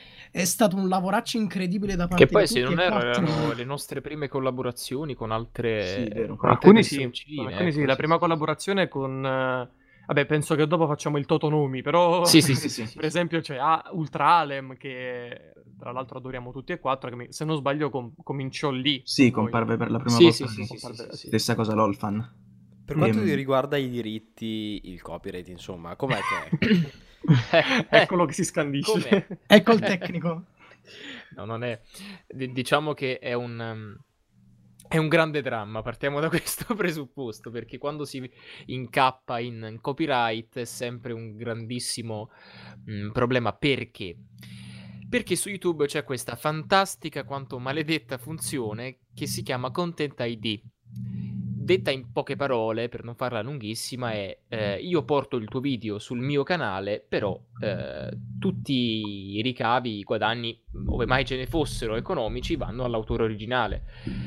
È stato un lavoraccio incredibile da Che parte poi di se tutti non e erro quattro. erano le nostre prime collaborazioni con altre, Sì, vero. con Con altre alcuni sì, con personcine, alcuni sì. ecco, La sì, prima sì. collaborazione con... eh, vabbè, penso che dopo facciamo il Totonomi, però... Sì, sì, Sì, sì, sì. sì, Per sì. esempio c'è ah, Ultra Alem, che tra l'altro adoriamo tutti e quattro, che mi- se non sbaglio com- cominciò lì. Sì, Poi comparve per la prima Sì, volta. sì, sì, sì, sì, comparve- sì, sì. Stessa cosa l'Olfan. Per quanto Ehm, riguarda i diritti, il copyright, insomma, com'è che... Eh, Eccolo che si scandisce. com'è? Ecco il tecnico. No, non è. d- diciamo che è un. um, È un grande dramma, partiamo da questo presupposto, perché quando si incappa in, in copyright è sempre un grandissimo mm, problema. Perché? Perché su YouTube c'è questa fantastica quanto maledetta funzione che si chiama Content I D. Detta in poche parole, per non farla lunghissima, è eh, io porto il tuo video sul mio canale, però eh, tutti i ricavi, i guadagni, ove mai ce ne fossero economici, vanno all'autore originale.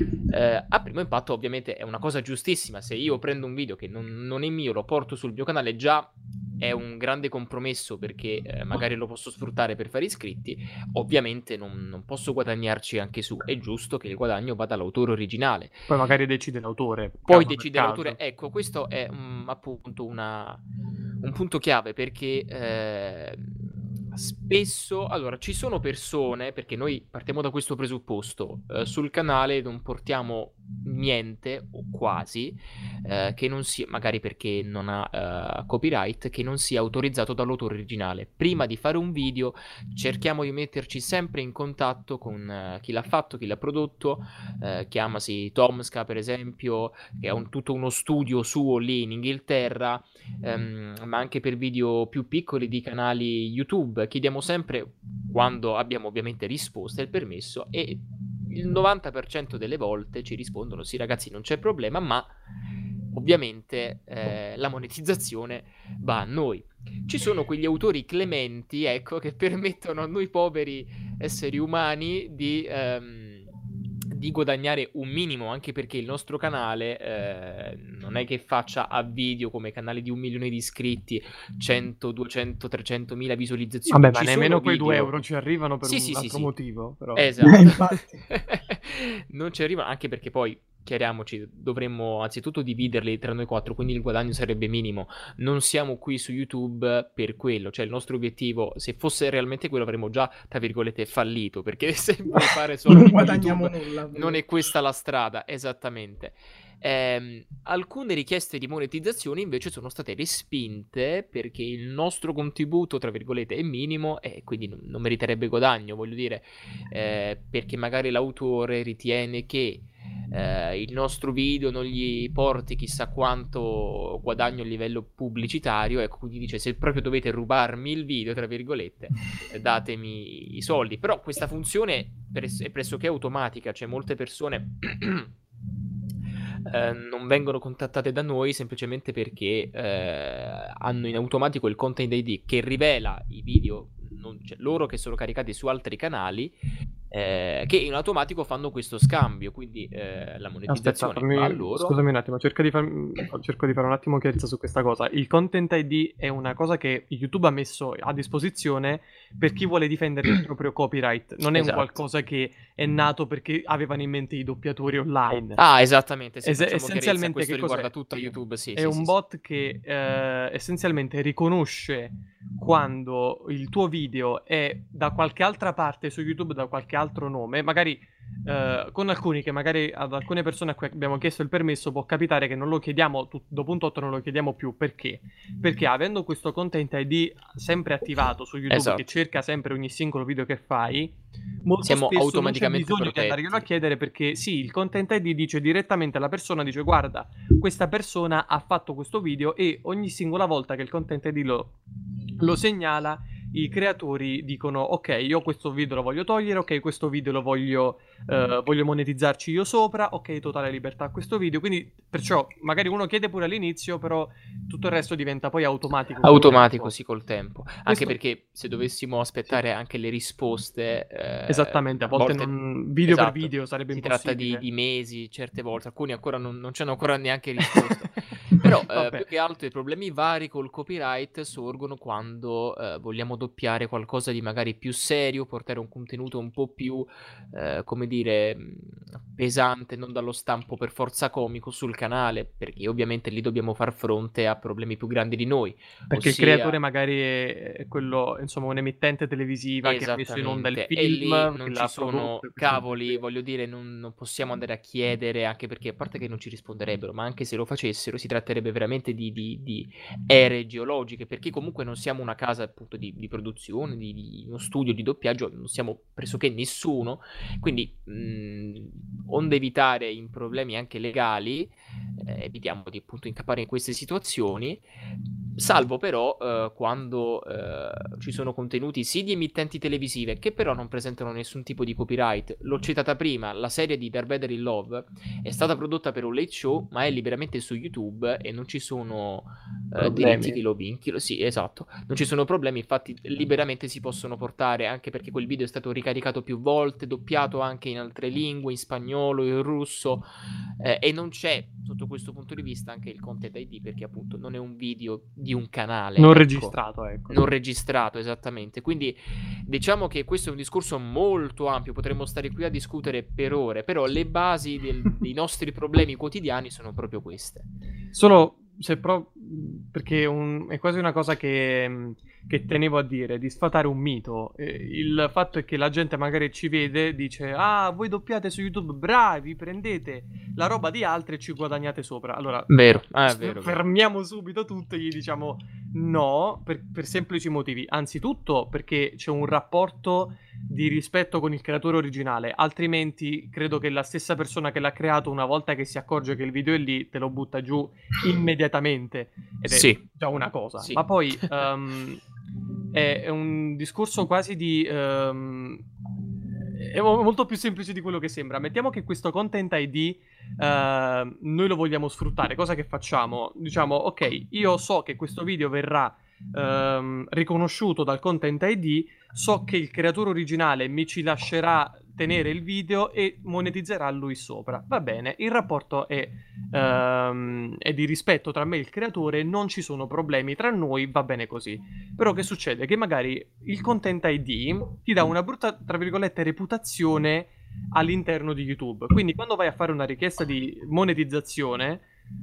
Eh, a primo impatto ovviamente è una cosa giustissima. Se io prendo un video che non, non è mio, lo porto sul mio canale, già è un grande compromesso, perché eh, magari lo posso sfruttare per fare iscritti. Ovviamente non, non posso guadagnarci anche su, è giusto che il guadagno vada all'autore originale. Poi magari decide l'autore. Poi caso per decide caso. l'autore. Ecco, questo è mm, appunto una, un punto chiave, perché eh, spesso, allora, ci sono persone, perché noi partiamo da questo presupposto, eh, sul canale non portiamo niente o quasi eh, che non sia, magari perché non ha eh, copyright, che non sia autorizzato dall'autore originale. Prima di fare un video cerchiamo di metterci sempre in contatto con eh, chi l'ha fatto, chi l'ha prodotto. Eh, chiamasi Tomska, per esempio, che ha un, tutto uno studio suo lì in Inghilterra, ehm, ma anche per video più piccoli di canali YouTube. Chiediamo sempre, quando abbiamo ovviamente risposta e il permesso, e il novanta per cento delle volte ci rispondono sì ragazzi, non c'è problema, ma ovviamente eh, la monetizzazione va a noi. Ci sono quegli autori clementi, ecco, che permettono a noi poveri esseri umani di, ehm, di guadagnare un minimo, anche perché il nostro canale eh, non è che faccia a video come canali di un milione di iscritti, cento, duecento, trecentomila visualizzazioni. Vabbè, ma Ci nemmeno sono quei due video- euro ci arrivano per Sì, un sì, sì, altro sì. motivo. Però. Esatto. Infatti. Non ci arrivano, anche perché poi, chiariamoci, dovremmo anzitutto dividerli tra noi quattro, quindi il guadagno sarebbe minimo. Non siamo qui su YouTube per quello, cioè il nostro obiettivo, se fosse realmente quello, avremmo già, tra virgolette, fallito, perché se vuoi fare soldi Non con guadagniamo YouTube, nulla. non è questa la strada, esattamente. Ehm, alcune richieste di monetizzazione invece sono state respinte perché il nostro contributo, tra virgolette, è minimo e quindi non, non meriterebbe guadagno, voglio dire, eh, perché magari l'autore ritiene che eh, il nostro video non gli porti chissà quanto guadagno a livello pubblicitario, ecco, quindi dice se proprio dovete rubarmi il video, tra virgolette, eh, datemi i soldi. Però questa funzione pres- è pressoché automatica, cioè molte persone eh, non vengono contattate da noi semplicemente perché eh, hanno in automatico il Content I D che rivela i video, non, cioè, loro che sono caricati su altri canali, eh, che in automatico fanno questo scambio, quindi eh, la Aspetta, monetizzazione fammi- va a loro. scusami un attimo, cerca di far- cerco di fare un attimo chiarezza su questa cosa. Il Content I D è una cosa che YouTube ha messo a disposizione per chi vuole difendere il proprio copyright. Non è Esatto. un qualcosa che è nato perché avevano in mente i doppiatori online. Ah, esattamente, sì, Es- facciamo essenzialmente chiarezza, questo che cos'è? riguarda tutto YouTube, sì, È sì, un sì, sì. bot che eh, essenzialmente riconosce quando il tuo video è da qualche altra parte su YouTube, da qualche altro nome, magari eh, con alcuni che magari ad alcune persone a cui abbiamo chiesto il permesso può capitare che non lo chiediamo, tu, dopo un tot non lo chiediamo più. Perché? Perché avendo questo Content I D sempre attivato su YouTube, Esatto. che cerca sempre ogni singolo video che fai, molto Siamo spesso automaticamente non c'è bisogno di protetti. andarglielo a chiedere, perché sì, il Content I D dice direttamente alla persona, dice guarda, questa persona ha fatto questo video, e ogni singola volta che il Content I D lo, lo segnala, i creatori dicono ok, io questo video lo voglio togliere, ok, questo video lo voglio, eh, voglio monetizzarci io sopra, ok, totale libertà a questo video. Quindi perciò magari uno chiede pure all'inizio, però tutto il resto diventa poi automatico. col Automatico, tempo. sì, col tempo. Anche Questo- perché se dovessimo aspettare anche le risposte... eh, Esattamente, a volte, non- video esatto, per video sarebbe si tratta di, impossibile. di mesi, certe volte, alcuni ancora non, non ci hanno ancora neanche risposto. Però eh, Vabbè. più che altro i problemi vari col copyright sorgono quando eh, vogliamo doppiare qualcosa di magari più serio, portare un contenuto un po' più, eh, come dire, mh, pesante, non dallo stampo per forza comico sul canale, perché ovviamente lì dobbiamo far fronte a problemi più grandi di noi. Perché ossia- il creatore magari è è quello, insomma, un'emittente televisiva che ha messo in onda il Esattamente, e film, lì che non l'ha ci sono prodotto e così cavoli, via. voglio dire, non, non possiamo andare a chiedere, anche perché a parte che non ci risponderebbero, ma anche se lo facessero si tratterebbe veramente di, di- di ere geologiche, perché comunque non siamo una casa appunto di, di produzione, di, di uno studio di doppiaggio, non siamo pressoché nessuno, quindi mh, onde evitare in problemi anche legali, eh, evitiamo di appunto incappare in queste situazioni. Salvo però eh, quando eh, ci sono contenuti sì di emittenti televisive che però non presentano nessun tipo di copyright. L'ho citata prima, la serie di Darth Vader in Love è stata prodotta per un late show, ma è liberamente su YouTube e non ci sono eh, Problemi. diritti che lo vinchino. Sì, esatto, non ci sono problemi, infatti liberamente si possono portare, anche perché quel video è stato ricaricato più volte, doppiato anche in altre lingue, in spagnolo, in russo, eh, e non c'è sotto questo punto di vista anche il Content I D, perché appunto non è un video di un canale, Non ecco. registrato, ecco. Non registrato, esattamente. Quindi diciamo che questo è un discorso molto ampio, potremmo stare qui a discutere per ore, però le basi del- dei nostri problemi quotidiani sono proprio queste. Solo se pro... perché un- è quasi una cosa che, che tenevo a dire, di sfatare un mito. Eh, Il fatto è che la gente magari ci vede, dice ah, voi doppiate su YouTube, bravi, prendete la roba di altri e ci guadagnate sopra. Allora, Vero, ah, è vero, vero. fermiamo subito tutto e gli diciamo no, per, per semplici motivi. Anzitutto perché c'è un rapporto di rispetto con il creatore originale, altrimenti credo che la stessa persona che l'ha creato, una volta che si accorge che il video è lì, te lo butta giù immediatamente, ed è Sì. già una cosa. Sì. Ma poi ehm, è, è un discorso quasi di ehm, è mo- molto più semplice di quello che sembra. Mettiamo che questo Content I D eh, noi lo vogliamo sfruttare. Cosa che facciamo? Diciamo ok, io so che questo video verrà ehm, riconosciuto dal Content I D, so che il creatore originale mi ci lascerà tenere il video e monetizzerà lui sopra. Va bene, il rapporto è, ehm, è di rispetto tra me e il creatore, non ci sono problemi tra noi, va bene così. Però che succede? Che magari il Content I D ti dà una brutta, tra virgolette, reputazione all'interno di YouTube. Quindi quando vai a fare una richiesta di monetizzazione,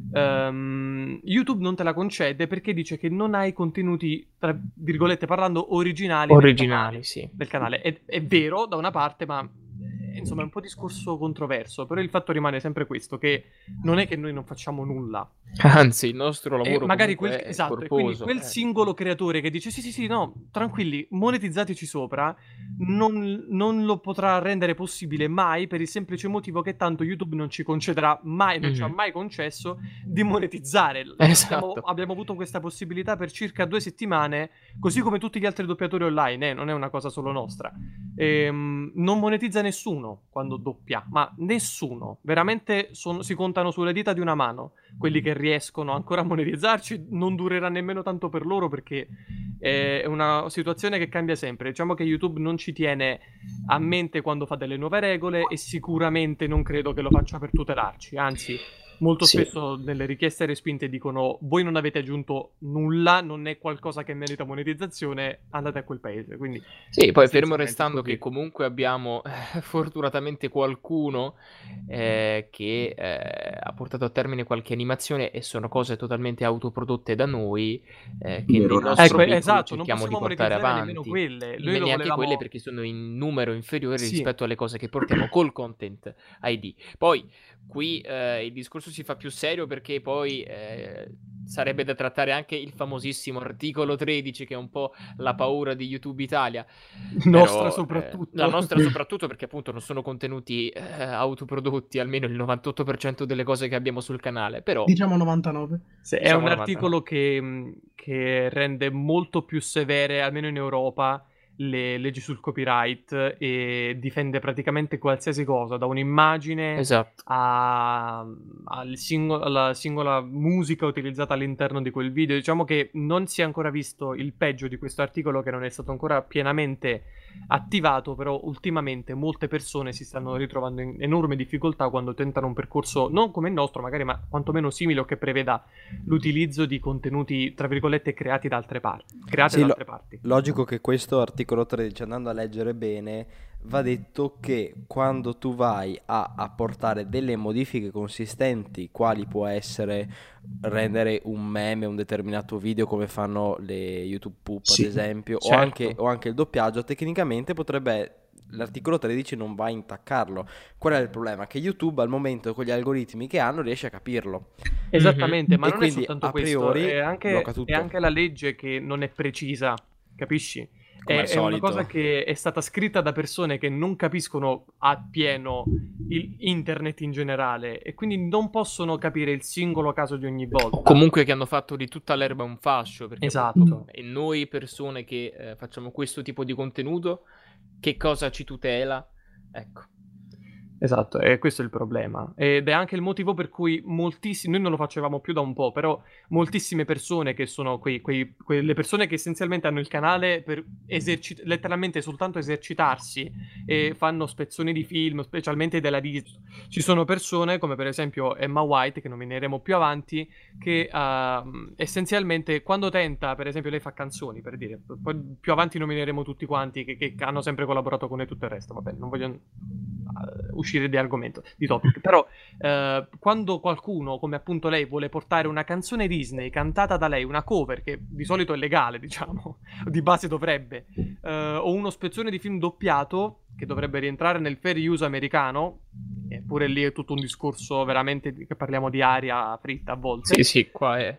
ehm, YouTube non te la concede perché dice che non hai contenuti, tra virgolette parlando, originali Originali, del canale. sì. Del canale. È, è vero da una parte, ma eh, insomma è un po' discorso controverso. Però il fatto rimane sempre questo, che non è che noi non facciamo nulla. Anzi, il nostro E lavoro magari comunque quel, è esatto, e quindi corposo. quel eh. singolo creatore che dice sì sì sì no, tranquilli, monetizzateci sopra, non, non lo potrà rendere possibile mai, per il semplice motivo che tanto YouTube non ci concederà mai, non ci ha Mhm. mai concesso di monetizzare. Esatto. Abbiamo, abbiamo avuto questa possibilità per circa due settimane, così come tutti gli altri doppiatori online, eh, non è una cosa solo nostra. Ehm, non monetizza nessuno quando doppia, ma nessuno, veramente sono- si contano sulle dita di una mano quelli che riescono ancora a monetizzarci. Non durerà nemmeno tanto per loro, perché è una situazione che cambia sempre. Diciamo che YouTube non ci tiene a mente quando fa delle nuove regole, e sicuramente non credo che lo faccia per tutelarci, anzi Molto Sì. spesso nelle richieste respinte dicono voi non avete aggiunto nulla, non è qualcosa che merita monetizzazione, andate a quel paese. Quindi Sì, poi fermo essenzialmente restando così. che comunque abbiamo eh, fortunatamente qualcuno eh, che eh, ha portato a termine qualche animazione e sono cose totalmente autoprodotte da noi eh, che Vero, nel ragazzi. nostro Ecco, piccolo esatto, non cerchiamo di possiamo portare monetizzare nemmeno avanti. quelle. Noi Ne- lo neanche quelle volevamo... perché sono in numero inferiore Sì, rispetto alle cose che portiamo col content I D. Poi qui eh, il discorso si fa più serio perché poi eh, sarebbe da trattare anche il famosissimo articolo tredici che è un po' la paura di YouTube Italia. nostra Però, eh, soprattutto. la nostra soprattutto perché appunto non sono contenuti eh, autoprodotti, almeno il novantotto per cento delle cose che abbiamo sul canale, però Diciamo novantanove. Sì, è diciamo un novanta. articolo che, mh, che rende molto più severe, almeno in Europa, le leggi sul copyright e difende praticamente qualsiasi cosa, da un'immagine Esatto. a, al singolo- alla singola musica utilizzata all'interno di quel video. Diciamo che non si è ancora visto il peggio di questo articolo, che non è stato ancora pienamente attivato, però ultimamente molte persone si stanno ritrovando in enorme difficoltà quando tentano un percorso non come il nostro magari, ma quantomeno simile o che preveda l'utilizzo di contenuti tra virgolette creati da altre parti, creati Sì, da lo- altre parti. logico che questo articolo tredici, andando a leggere bene, va detto che quando tu vai a apportare delle modifiche consistenti, quali può essere rendere un meme, un determinato video come fanno le YouTube Poop Sì, ad esempio, o, certo. anche, o anche il doppiaggio, tecnicamente potrebbe... L'articolo tredici non va a intaccarlo. Qual è il problema? Che YouTube al momento con gli algoritmi che hanno riesce a capirlo. Esattamente, ma E non è quindi soltanto a questo, priori è anche, blocca è tutto. anche la legge che non è precisa, capisci? Come È, al è una solito. cosa che è stata scritta da persone che non capiscono appieno il internet in generale e quindi non possono capire il singolo caso di ogni volta. O comunque che hanno fatto di tutta l'erba un fascio, perché Esatto. appunto, e noi persone che eh, facciamo questo tipo di contenuto, che cosa ci tutela? Ecco. Esatto, e questo è il problema. Ed è anche il motivo per cui moltissimi, noi non lo facevamo più da un po', però moltissime persone che sono quei, quei- quelle persone che essenzialmente hanno il canale per esercit- letteralmente soltanto esercitarsi e fanno spezzoni di film, specialmente della Disney. Ci sono persone, come per esempio Emma White, che nomineremo più avanti, che ehm, essenzialmente quando tenta, per esempio lei fa canzoni, per dire, poi più avanti nomineremo tutti quanti che, che hanno sempre collaborato con lei tutto il resto, vabbè, non voglio eh, uscire di argomento, di topic, però eh, quando qualcuno come appunto lei vuole portare una canzone Disney cantata da lei, una cover che di solito è legale, diciamo, di base dovrebbe, eh, o uno spezzone di film doppiato che dovrebbe rientrare nel fair use americano, eppure lì è tutto un discorso veramente di- che parliamo di aria fritta a volte. Sì, sì, qua è.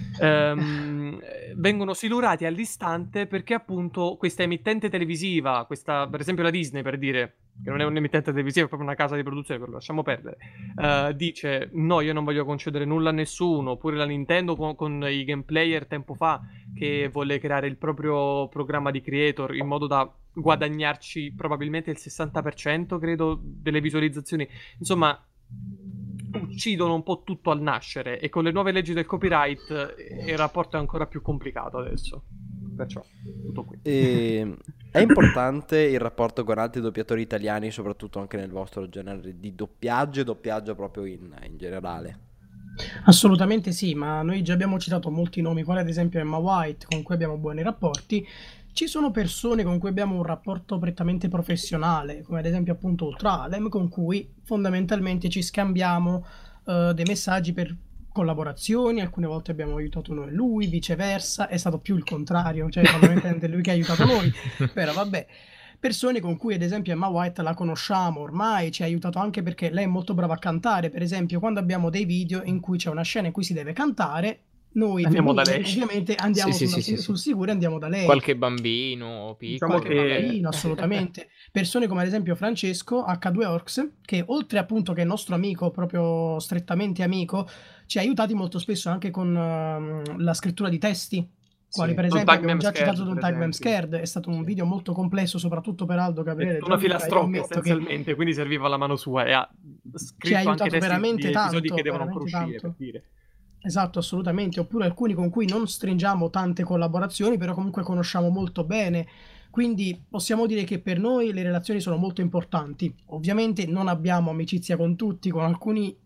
Ehm, vengono silurati all'istante perché appunto questa emittente televisiva, questa per esempio la Disney, per dire, che non è un'emittente televisiva, è proprio una casa di produzione, quello lasciamo perdere, eh, dice no, io non voglio concedere nulla a nessuno, oppure la Nintendo con, con i game player tempo fa che vuole creare il proprio programma di creator in modo da guadagnarci probabilmente il sessanta per cento credo delle visualizzazioni, insomma uccidono un po' tutto al nascere e con le nuove leggi del copyright eh, il rapporto è ancora più complicato adesso, perciò tutto qui. E è importante il rapporto con altri doppiatori italiani, soprattutto anche nel vostro genere di doppiaggio e doppiaggio proprio in, in generale. Assolutamente sì, ma noi già abbiamo citato molti nomi, quale ad esempio Emma White, con cui abbiamo buoni rapporti. Ci sono persone con cui abbiamo un rapporto prettamente professionale, come ad esempio appunto Ultra Alem, con cui fondamentalmente ci scambiamo eh, dei messaggi per collaborazioni, alcune volte abbiamo aiutato noi lui, viceversa, è stato più il contrario, cioè fondamentalmente lui che ha aiutato noi, però vabbè. Persone con cui ad esempio Emma White la conosciamo ormai, ci ha aiutato anche perché lei è molto brava a cantare, per esempio quando abbiamo dei video in cui c'è una scena in cui si deve cantare, noi Andiamo da femminili, lei. ovviamente andiamo Sì, sì, sulla- sì, sì, sul sì. sicuro e andiamo da lei. Qualche bambino piccolo. Diciamo Qualche che- bambino, assolutamente. Persone come ad esempio Francesco acca due Orcs, che oltre appunto che è nostro amico, proprio strettamente amico, ci ha aiutati molto spesso anche con ehm, la scrittura di testi. Quali Sì, per Don't esempio Tag abbiamo Mem già Scared, citato Don't per Tag Mem esempio. Scared, è stato un Sì. video molto complesso soprattutto per Aldo, Gabriele, È una Gianluca, io filastrocca ammetto che essenzialmente, quindi serviva la mano sua e ha ci ha scritto anche aiutato testi veramente di episodi tanto, che devono ancora veramente uscire, tanto. per dire. Esatto, assolutamente. Oppure alcuni con cui non stringiamo tante collaborazioni, però comunque conosciamo molto bene. Quindi possiamo dire che per noi le relazioni sono molto importanti. Ovviamente non abbiamo amicizia con tutti, con alcuni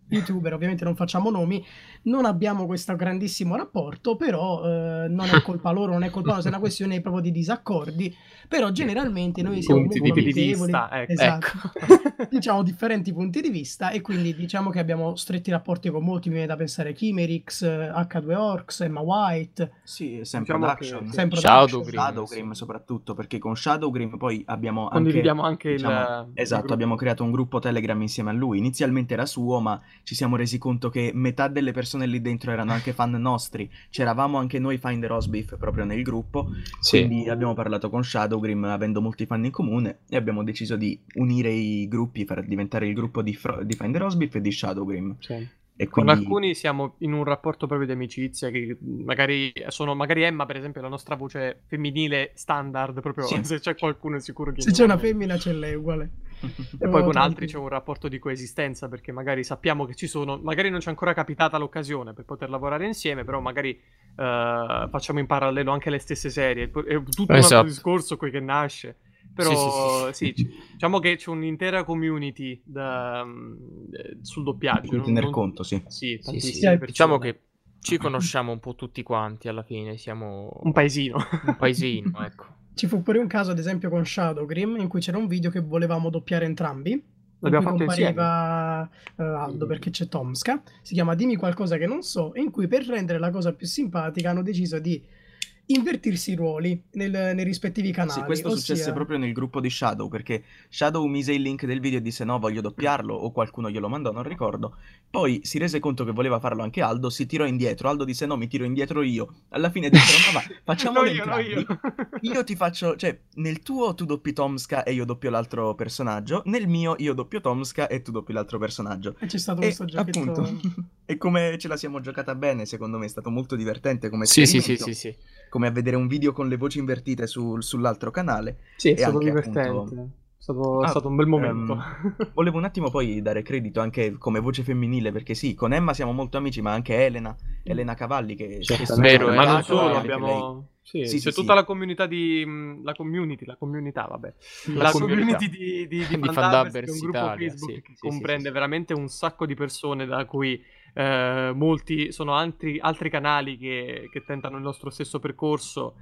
youtuber, ovviamente non facciamo nomi, non abbiamo questo grandissimo rapporto, però eh, non è colpa loro, non è colpa nostra, è una questione proprio di disaccordi, però generalmente noi siamo Punti molto di amichevoli, vista, ecco. esatto, Ecco. diciamo differenti punti di vista e quindi diciamo che abbiamo stretti rapporti con molti, mi viene da pensare Chimerix, acca due Orcs, Emma White, Sì, Sam Diciamo Production. che- Sam Shadow Production. Grim, Shadowgrim sì. soprattutto, perché con Shadowgrim poi abbiamo anche, Condividiamo anche il- diciamo, il esatto, gruppo. abbiamo creato un gruppo Telegram insieme a lui. Inizialmente era suo, ma ci siamo resi conto che metà delle persone lì dentro erano anche fan nostri. C'eravamo anche noi Find the Roast Beef proprio nel gruppo, Sì. quindi abbiamo parlato con Shadowgrim avendo molti fan in comune e abbiamo deciso di unire i gruppi, far diventare il gruppo di, Fro- di Find the Roast Beef e di Shadowgrim. Sì. E Con quindi alcuni siamo in un rapporto proprio di amicizia che magari sono, magari Emma per esempio è la nostra voce femminile standard, proprio Sì. se c'è qualcuno è sicuro che Se c'è una non è. femmina c'è lei uguale. E Oh, poi con altri tranquillo. c'è un rapporto di coesistenza perché magari sappiamo che ci sono, magari non ci è ancora capitata l'occasione per poter lavorare insieme, però magari eh, facciamo in parallelo anche le stesse serie. È tutto un altro Esatto. discorso qui che nasce. Sì, Però sì, sì, ci- diciamo che c'è un'intera community da- eh, sul doppiaggio. di cui non- tener non- conto, sì. Sì, Sì, sì. tantissime persone. Diciamo che ci conosciamo un po' tutti quanti alla fine, siamo Un paesino. un paesino, ecco. Ci fu pure un caso, ad esempio, con Shadowgrim, in cui c'era un video che volevamo doppiare entrambi, in cui L'abbiamo fatto insieme. compariva eh, Aldo perché c'è Tomska, si chiama Dimmi qualcosa che non so, e in cui per rendere la cosa più simpatica hanno deciso di invertirsi i ruoli nel- nei rispettivi canali. Sì, questo ossia- successe proprio nel gruppo di Shadow, perché Shadow mise il link del video e disse no, voglio doppiarlo, o qualcuno glielo mandò, non ricordo. Poi si rese conto che voleva farlo anche Aldo, si tirò indietro, Aldo disse no, mi tiro indietro io. Alla fine dissero, ma va, facciamolo No, io, no, entrambi. io. Io ti faccio, cioè, nel tuo tu doppi Tomska e io doppio l'altro personaggio, nel mio io doppio Tomska e tu doppi l'altro personaggio. E c'è stato E questo giochetto. appunto, e come ce la siamo giocata bene, secondo me è stato molto divertente come Sì, sì, sì, esperimento, sì, sì. come a vedere un video con le voci invertite sul- sull'altro canale. Sì, è E stato anche, divertente. appunto- È stato, è Ah, stato un bel momento. ehm, volevo un attimo poi dare credito anche come voce femminile, perché sì, con Emma siamo molto amici, ma anche Elena, Elena Cavalli, che spesso Vero, ci eh, ma parla non Elena solo, Cavalli, anche lei. abbiamo... Sì, Sì, c'è sì, tutta sì. la comunità di... mh, la community, la comunità, vabbè. La La comunità. community di, di, di Di Fandabbers, che è un Fandabbers gruppo Italia, Facebook sì, che sì, sì, comprende sì. veramente un sacco di persone, da cui eh, molti sono altri, altri canali che, che tentano il nostro stesso percorso.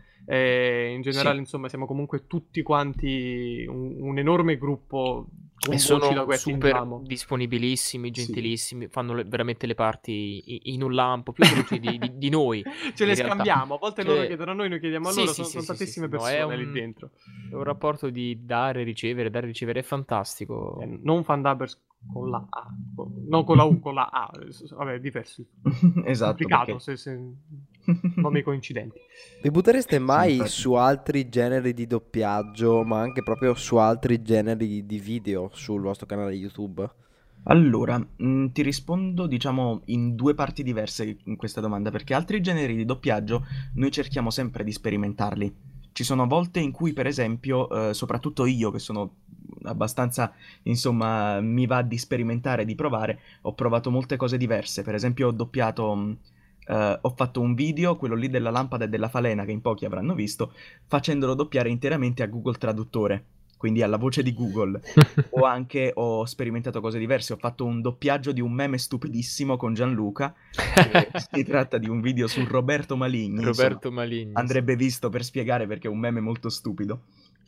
E in generale, Sì. insomma, siamo comunque tutti quanti un, un enorme gruppo con E voci da sono cui super attingiamo. disponibilissimi, Sì. gentilissimi, fanno le- veramente le parti i- in un lampo più veloci di, di- di noi. Ce le in realtà. scambiamo, a volte Cioè- loro chiedono a noi, noi chiediamo a Sì, loro, sì, sono, sì, sono sì, sì, tantissime sì, no, persone è lì un- dentro. È un rapporto di dare, ricevere, dare, ricevere, è fantastico. Eh, non Fandabbers con la A, con- non con la U, con la A. Vabbè, è diverso. Esatto, Complicato, perché... se, se... nomi coincidenti. Vi buttereste mai infatti. su altri generi di doppiaggio, ma anche proprio su altri generi di video sul vostro canale YouTube? Allora, mh, ti rispondo, diciamo, in due parti diverse in questa domanda, perché altri generi di doppiaggio noi cerchiamo sempre di sperimentarli. Ci sono volte in cui, per esempio, eh, soprattutto io, che sono abbastanza, insomma, mi va di sperimentare, di provare, ho provato molte cose diverse. Per esempio, ho doppiato, mh, eh, ho fatto un video, quello lì della lampada e della falena, che in pochi avranno visto, facendolo doppiare interamente a Google Traduttore, quindi alla voce di Google. O anche ho sperimentato cose diverse, ho fatto un doppiaggio di un meme stupidissimo con Gianluca, che si tratta di un video su Roberto Maligni, insomma, Roberto Maligni. sì. andrebbe visto per spiegare perché è un meme molto stupido.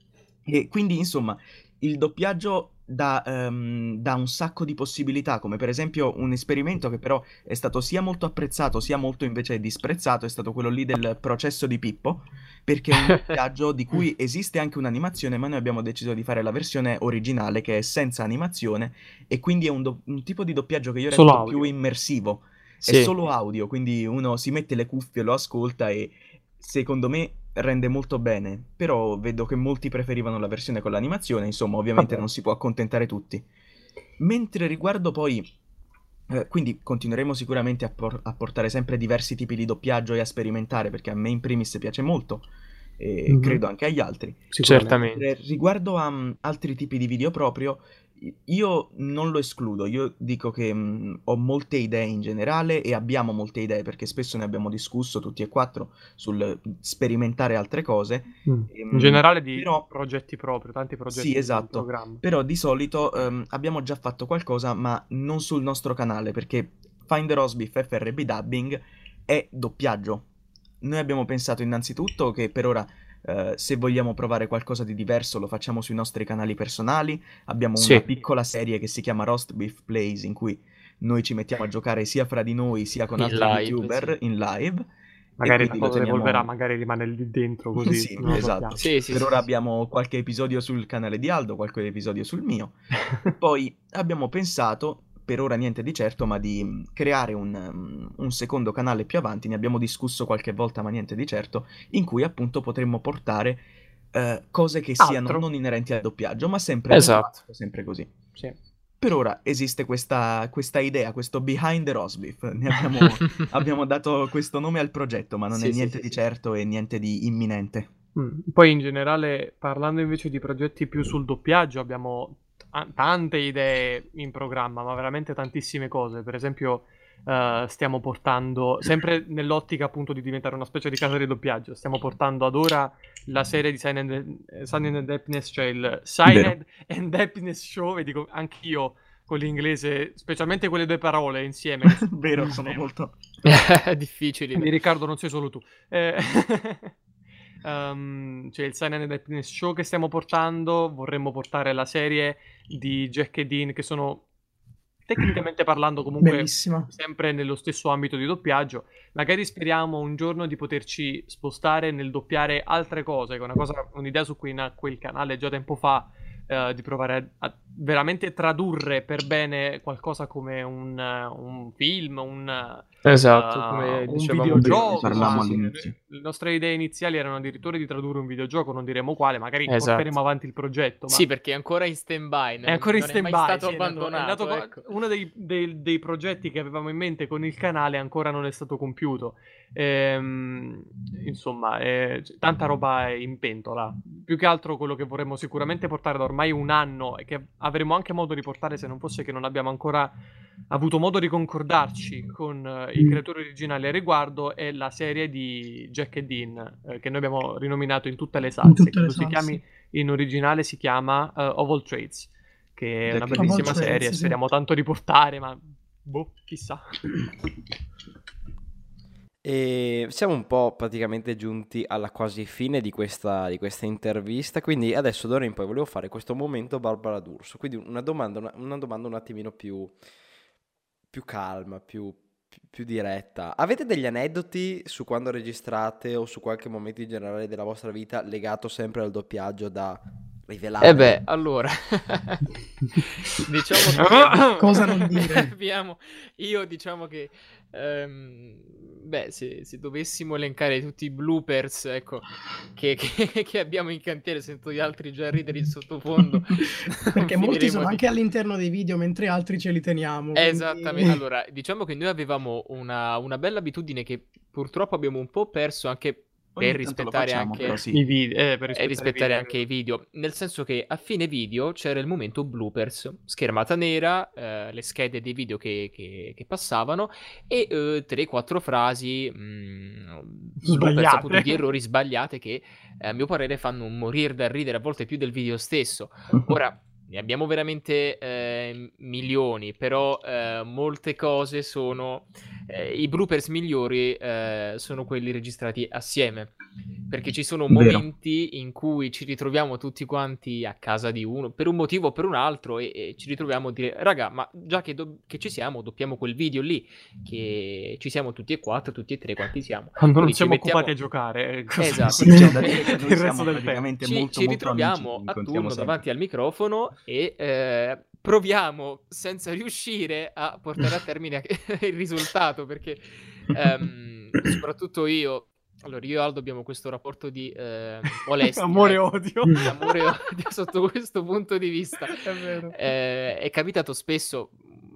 E quindi, insomma, il doppiaggio dà, ehm, dà un sacco di possibilità, come per esempio un esperimento che però è stato sia molto apprezzato sia molto invece disprezzato, è stato quello lì del processo di Pippo, perché è un doppiaggio di cui esiste anche un'animazione, ma noi abbiamo deciso di fare la versione originale che è senza animazione e quindi è un, do- un tipo di doppiaggio che io Solo reputo più audio. immersivo. Sì. È solo audio, quindi uno si mette le cuffie, lo ascolta e secondo me rende molto bene, però vedo che molti preferivano la versione con l'animazione, insomma, ovviamente Vabbè. non si può accontentare tutti. Mentre riguardo poi, eh, quindi continueremo sicuramente a, por- a portare sempre diversi tipi di doppiaggio e a sperimentare, perché a me in primis piace molto e Mhm. credo anche agli altri. Certamente. Mentre riguardo a mm, altri tipi di video proprio, Io non lo escludo, io dico che mh, ho molte idee in generale e abbiamo molte idee perché spesso ne abbiamo discusso tutti e quattro sul sperimentare altre cose. Mm. E, In mh, generale di però progetti proprio, tanti progetti sì, in esatto, programma. però di solito ehm, abbiamo già fatto qualcosa, ma non sul nostro canale, perché Find the Rosbif F R B Dubbing è doppiaggio. Noi abbiamo pensato innanzitutto che per ora, eh, se vogliamo provare qualcosa di diverso, lo facciamo sui nostri canali personali. Abbiamo una Sì, piccola serie che si chiama Roast Beef Plays, in cui noi ci mettiamo a giocare sia fra di noi, sia con in altri live, YouTuber sì. in live. E Magari quindi lo dopo evolverà, teniamo... magari rimane lì dentro così, Sì, non lo esatto. sappiamo. Sì, sì, Per sì, ora sì. abbiamo qualche episodio sul canale di Aldo, qualche episodio sul mio. E poi abbiamo pensato, per ora niente di certo, ma di mm, creare un, mm, un secondo canale più avanti. Ne abbiamo discusso qualche volta, ma niente di certo, in cui appunto potremmo portare eh, cose che siano Altro? non inerenti al doppiaggio, ma sempre Esatto. doppiaggio, sempre così. Sì. Per ora esiste questa, questa idea, questo Behind the Rosbif. Ne abbiamo, abbiamo dato questo nome al progetto, ma non è Sì, sì, niente sì, di sì. certo e niente di imminente. Mm. Poi in generale, parlando invece di progetti più sul doppiaggio, abbiamo t- tante idee in programma, ma veramente tantissime cose. Per esempio, eh, stiamo portando, sempre nell'ottica appunto di diventare una specie di casa di doppiaggio, stiamo portando ad ora la serie di Sign and, Sign and Happiness, cioè il Sign and Happiness Show, e dico anch'io con l'inglese, specialmente quelle due parole insieme. Che sono Vero, sono molto... Difficili. Quindi Riccardo non sei solo tu. Eh, um, c'è il Sign and Happiness Show che stiamo portando, vorremmo portare la serie di Jack e Dean che sono tecnicamente parlando comunque Bellissima. sempre nello stesso ambito di doppiaggio. Magari speriamo un giorno di poterci spostare nel doppiare altre cose, che è una cosa, un'idea su cui nacque il canale già tempo fa, eh, di provare a, a veramente tradurre per bene qualcosa come un, uh, un film, un, Esatto, uh, come un dicevamo videogioco. prima. Parlavamo Sì, sì. all'inizio. Le nostre idee iniziali erano addirittura di tradurre un videogioco, non diremo quale, magari Esatto. porteremo avanti il progetto. Ma Sì, perché è ancora in stand-by. è ancora in non è mai stand-by, stato sì, è nato- abbandonato. è nato ecco. uno dei, dei- dei progetti che avevamo in mente con il canale ancora non è stato compiuto. Ehm, insomma, eh, c- tanta roba è in pentola. Più che altro quello che vorremmo sicuramente portare da ormai un anno e che avremo anche modo di portare se non fosse che non abbiamo ancora avuto modo di concordarci con eh, i creatori originali a riguardo è la serie di Jack e Dean, eh, che noi abbiamo rinominato in tutte le salse. tutte le Credo si salse. chiami in originale si chiama uh, Of All Trades, che è Jack una e bellissima Dean. serie, Sì. speriamo tanto di portare, ma boh, chissà. E siamo un po' praticamente giunti alla quasi fine di questa, di questa intervista, quindi adesso d'ora in poi volevo fare questo momento Barbara D'Urso, quindi una domanda, una, una domanda un attimino più, più calma, più, più, più diretta. Avete degli aneddoti su quando registrate o su qualche momento in generale della vostra vita legato sempre al doppiaggio da rivelare? Eh beh, allora, diciamo che Cosa non dire? abbiamo, io diciamo che, ehm, beh, se, se dovessimo elencare tutti i bloopers, ecco, che, che- che abbiamo in cantiere, sento gli altri già ridere in sottofondo. Perché molti finiremo sono di- anche all'interno dei video, mentre altri ce li teniamo. quindi- Esattamente, allora, diciamo che noi avevamo una, una bella abitudine che purtroppo abbiamo un po' perso anche Ogni per tanto lo rispettare facciamo, anche... però I sì. video, eh, per e rispettare, rispettare i anche i video, nel senso che a fine video c'era il momento bloopers, schermata nera, eh, le schede dei video che, che- che passavano e eh, tre quattro frasi mh, bloopers, Sbagliate. appunto, di errori sbagliate che eh, a mio parere fanno morire da ridere a volte più del video stesso. Ora ne abbiamo veramente eh, milioni, però eh, molte cose sono eh, i bloopers migliori eh, sono quelli registrati assieme, perché ci sono Vero. momenti in cui ci ritroviamo tutti quanti a casa di uno per un motivo o per un altro e, e ci ritroviamo a dire raga, ma già che, do- che ci siamo doppiamo quel video lì, che ci siamo tutti e quattro, tutti e tre quanti siamo. Quando non Quindi ci siamo mettiamo- occupati a giocare. eh, così. Esatto. Sì, c'è da dire che noi Il resto siamo del tempo. praticamente ci, molto ci molto ritroviamo amici, a incontriamo turno sempre. davanti al microfono e eh, proviamo senza riuscire a portare a termine il risultato, perché ehm, soprattutto io, allora io e Aldo abbiamo questo rapporto di eh, molestia, Amore e ecco, odio. di amore e odio sotto questo punto di vista. È vero. Eh, è capitato spesso,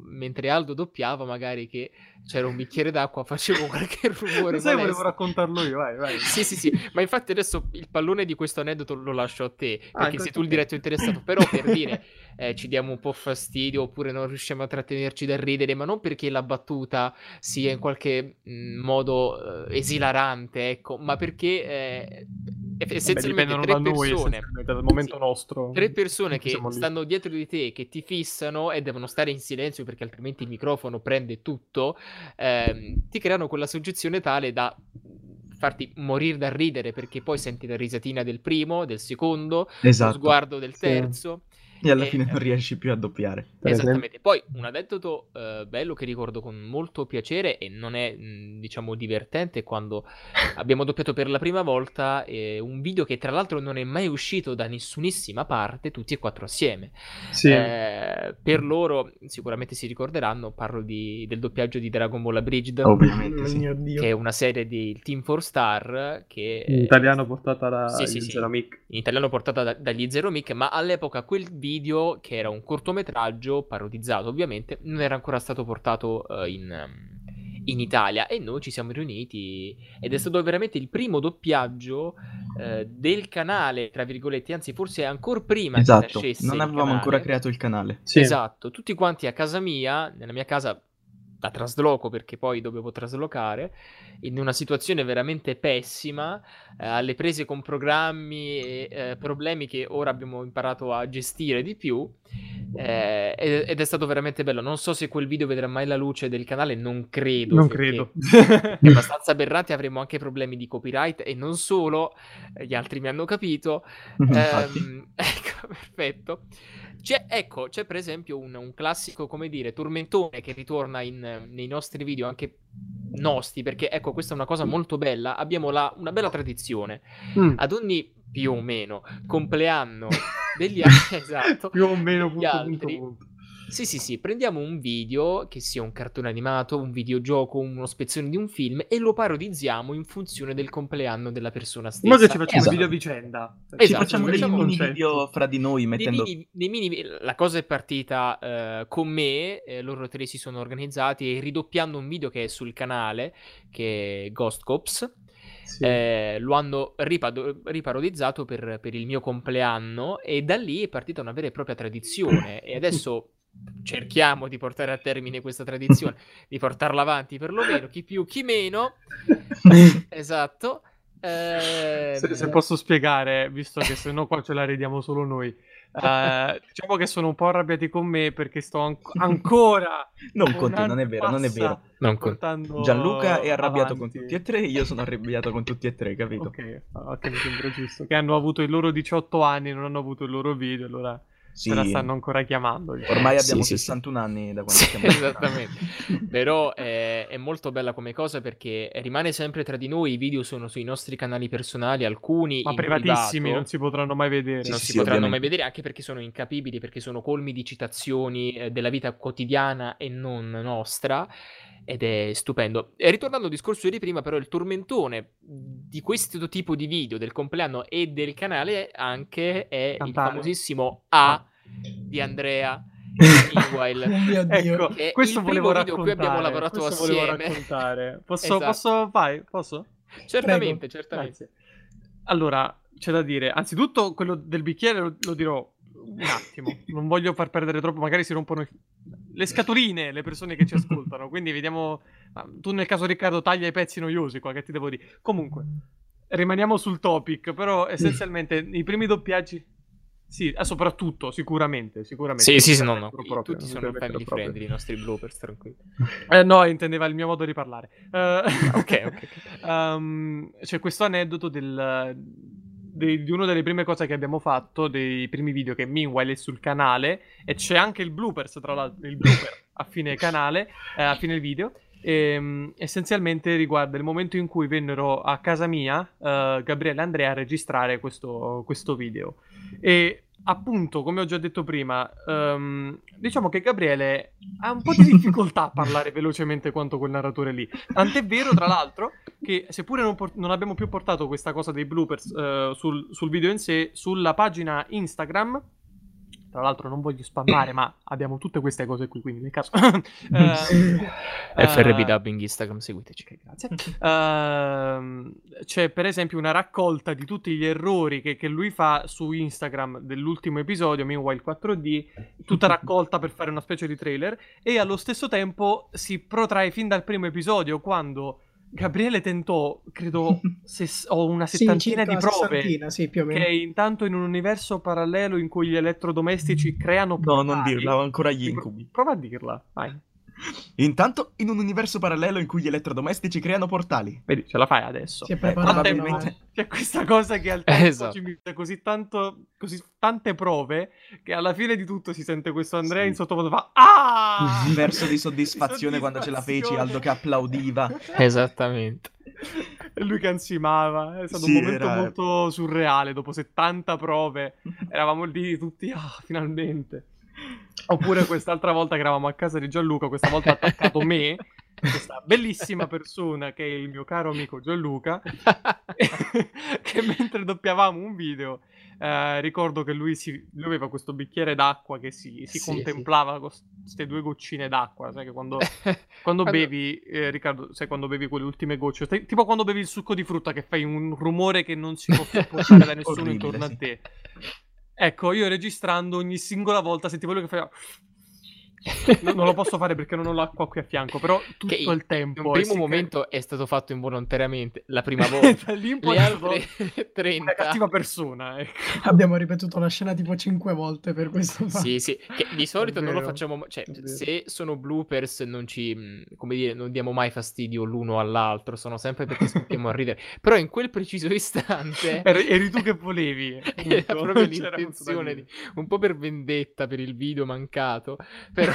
mentre Aldo doppiava, magari che c'era un bicchiere d'acqua, facevo qualche rumore Sai, volevo molesto. raccontarlo io, vai, vai. Sì, sì, sì, ma infatti adesso il pallone di questo aneddoto lo lascio a te, Ah, perché ecco, sei tu il ok. diretto interessato, però per dire eh, ci diamo un po' fastidio oppure non riusciamo a trattenerci dal ridere, ma non perché la battuta sia in qualche mh, modo eh, esilarante, ecco, ma perché eh, Vabbè, essenzialmente dipendono tre da noi, persone, essenzialmente, dal momento sì, nostro. tre persone Tutti siamo che lì. stanno dietro di te, che ti fissano e devono stare in silenzio perché altrimenti il microfono prende tutto, ehm, ti creano quella soggezione tale da farti morire da ridere, perché poi senti la risatina del primo, del secondo, lo Esatto. sguardo del Sì. terzo. E alla E, fine non eh, riesci più a doppiare. Per esempio. Esattamente. Poi un aneddoto eh, bello che ricordo con molto piacere e non è, mh, diciamo, divertente, quando abbiamo doppiato per la prima volta eh, un video che tra l'altro non è mai uscito da nessunissima parte, tutti e quattro assieme. Sì. Eh, per loro sicuramente si ricorderanno, parlo di, del doppiaggio di Dragon Ball Abridged, Ovviamente sì. Mio Dio. che è una serie di Team four Star che In italiano portata da sì, sì, gli sì. Zero Mic. in italiano portata da- dagli Zero Mic, ma all'epoca quel video, che era un cortometraggio parodizzato ovviamente, non era ancora stato portato eh, in, um, in Italia, e noi ci siamo riuniti ed è stato veramente il primo doppiaggio eh, del canale, tra virgolette, anzi forse ancora prima che Esatto, nascesse non il avevamo ancora canale. creato il canale. Sì. Esatto, tutti quanti a casa mia, nella mia casa da trasloco, perché poi dovevo traslocare, in una situazione veramente pessima, eh, alle prese con programmi e eh, problemi che ora abbiamo imparato a gestire di più, eh, ed, ed è stato veramente bello. Non so se quel video vedrà mai la luce del canale, non credo. Non perché credo. È abbastanza aberrante, avremo anche problemi di copyright e non solo, eh, gli altri mi hanno capito. Infatti. Ehm, ecco, perfetto. C'è, ecco, c'è per esempio un, un classico, come dire, tormentone che ritorna in, nei nostri video, anche nostri, perché ecco, questa è una cosa molto bella. Abbiamo la, una bella tradizione. Mm. Ad ogni, più o meno, compleanno degli altri, esatto, Più o meno, degli punto, altri. punto, punto. Sì, sì, sì, prendiamo un video, che sia un cartone animato, un videogioco, uno spezzone di un film, e lo parodizziamo in funzione del compleanno della persona stessa. Ma che ci facciamo Esatto. video a vicenda? Esatto, Ci facciamo dei facciamo mini concetto. video fra di noi Nei mettendo... mini, nei mini- la cosa è partita eh, con me, eh, loro tre si sono organizzati e ridoppiando un video che è sul canale, che è Ghost Cops. Sì. Eh, lo hanno ripado- riparodizzato per, per il mio compleanno, e da lì è partita una vera e propria tradizione, e adesso cerchiamo di portare a termine questa tradizione, di portarla avanti perlomeno, chi più chi meno. Esatto. Se, se Ehm, posso spiegare, visto che se no qua ce la ridiamo solo noi. Eh, diciamo che sono un po' arrabbiati con me perché sto an- ancora Non un con te, non anno è e vero, non è passa vero. Non con- portando Gianluca è arrabbiato con avanti. tutti e tre, io sono arrabbiato con tutti e tre, capito? Ok, ok, mi sembra giusto. Che hanno avuto i loro diciotto anni, non hanno avuto il loro video, allora Sì, se la stanno ancora chiamando. ormai Sì, abbiamo sì, sì. sessantuno anni da quando Sì, stiamo giocando. esattamente. Però è, è molto bella come cosa, perché rimane sempre tra di noi. I video sono sui nostri canali personali, alcuni Ma in privatissimi, privato. non si potranno mai vedere. Sì, Non sì, si sì, potranno mai ovviamente. vedere, anche perché sono incapibili, perché sono colmi di citazioni eh, della vita quotidiana e non nostra, ed è stupendo. E ritornando al discorso di prima, però, il tormentone di questo tipo di video del compleanno e del canale anche è il Cantare. famosissimo A di Andrea Meanwhile, Oh mio Dio. Ecco, che è questo il volevo primo video a cui abbiamo raccontare. lavorato Questo volevo assieme. raccontare. Posso, Esatto. posso, vai, posso? Certamente, certamente. Grazie. Allora, c'è da dire, anzitutto quello del bicchiere lo, lo dirò un attimo, non voglio far perdere troppo, magari si rompono le scatoline le persone che ci ascoltano, quindi vediamo, ma tu nel caso Riccardo taglia i pezzi noiosi qua, che ti devo dire. Comunque, rimaniamo sul topic, però essenzialmente i primi doppiaggi, sì, eh, soprattutto, sicuramente, sicuramente. Sì, sì, sì, Non no, mi no, permetterò qui proprio, tutti non mi sono permetterò family proprio. friendly, i nostri bloopers, tranquilli. Eh, no, intendeva il mio modo di parlare. Eh, Ok, ok, um, c'è questo aneddoto del, de- di una delle prime cose che abbiamo fatto, dei primi video che Meanwhile è sul canale, e c'è anche il bloopers, tra l'altro, il blooper a fine canale, eh, a fine video. Ehm, essenzialmente riguarda il momento in cui vennero a casa mia eh, Gabriele e Andrea a registrare questo, questo video. E appunto, come ho già detto prima, ehm, diciamo che Gabriele ha un po' di difficoltà a parlare velocemente quanto quel narratore lì. Tant'è vero, tra l'altro, che seppure non, por- non abbiamo più portato questa cosa dei bloopers eh, sul, sul video in sé, sulla pagina Instagram tra l'altro non voglio spammare, ma abbiamo tutte queste cose qui, quindi nel caso... uh, F R B Dubbing Instagram, seguiteci. Okay, grazie. Uh, c'è per esempio una raccolta di tutti gli errori che, che lui fa su Instagram dell'ultimo episodio, Meanwhile quattro D, tutta raccolta per fare una specie di trailer, e allo stesso tempo si protrae fin dal primo episodio, quando Gabriele tentò, credo, ses- o una settantina sì, di prove, sessantina, sì, più o meno. che intanto in un universo parallelo in cui gli elettrodomestici creano No, portali... non dirla, ho ancora gli incubi. Prova a dirla, vai. Intanto, in un universo parallelo in cui gli elettrodomestici creano portali. Vedi, ce la fai adesso. Si è Eh, preparato. probabilmente- no? C'è questa cosa che al tempo Esatto. ci mette così tanto, così tante prove, che alla fine di tutto si sente questo Andrea Sì. in sottofondo fa ah! Un verso di soddisfazione quando ce la feci, Aldo che applaudiva. Esattamente. E lui che ansimava. È stato Sì, un momento era- molto surreale. Dopo settanta prove eravamo lì tutti, ah, finalmente. Oppure quest'altra volta che eravamo a casa di Gianluca, questa volta ha attaccato me, questa bellissima persona che è il mio caro amico Gianluca, che mentre doppiavamo un video, eh, ricordo che lui, si, lui aveva questo bicchiere d'acqua che si, si Sì, contemplava con queste due goccine d'acqua, sai che quando, quando bevi, eh, Riccardo, sai quando bevi quelle ultime gocce, Stai- tipo quando bevi il succo di frutta che fai un rumore che non si può sopportare da nessuno Orribile, intorno a sì. te. Ecco, io registrando ogni singola volta sentivo lui che faceva... No, non lo posso fare perché non ho l'acqua qui a fianco, però tutto Che in- il tempo... In un e primo si momento è stato fatto involontariamente, la prima crea- volta. Da lì in poi Le è stato altre una trenta. cattiva persona, ecco. Abbiamo ripetuto la scena tipo cinque volte per questo fatto. Sì, sì, che di solito non lo vero, facciamo, cioè, è vero. se sono bloopers non ci, mh, come dire, non diamo mai fastidio l'uno all'altro, sono sempre perché scoppiamo a ridere. Però in quel preciso istante Eri, eri tu che volevi, era appunto. proprio C'era molto da l'intenzione dire. di, un po' per vendetta per il video mancato, però,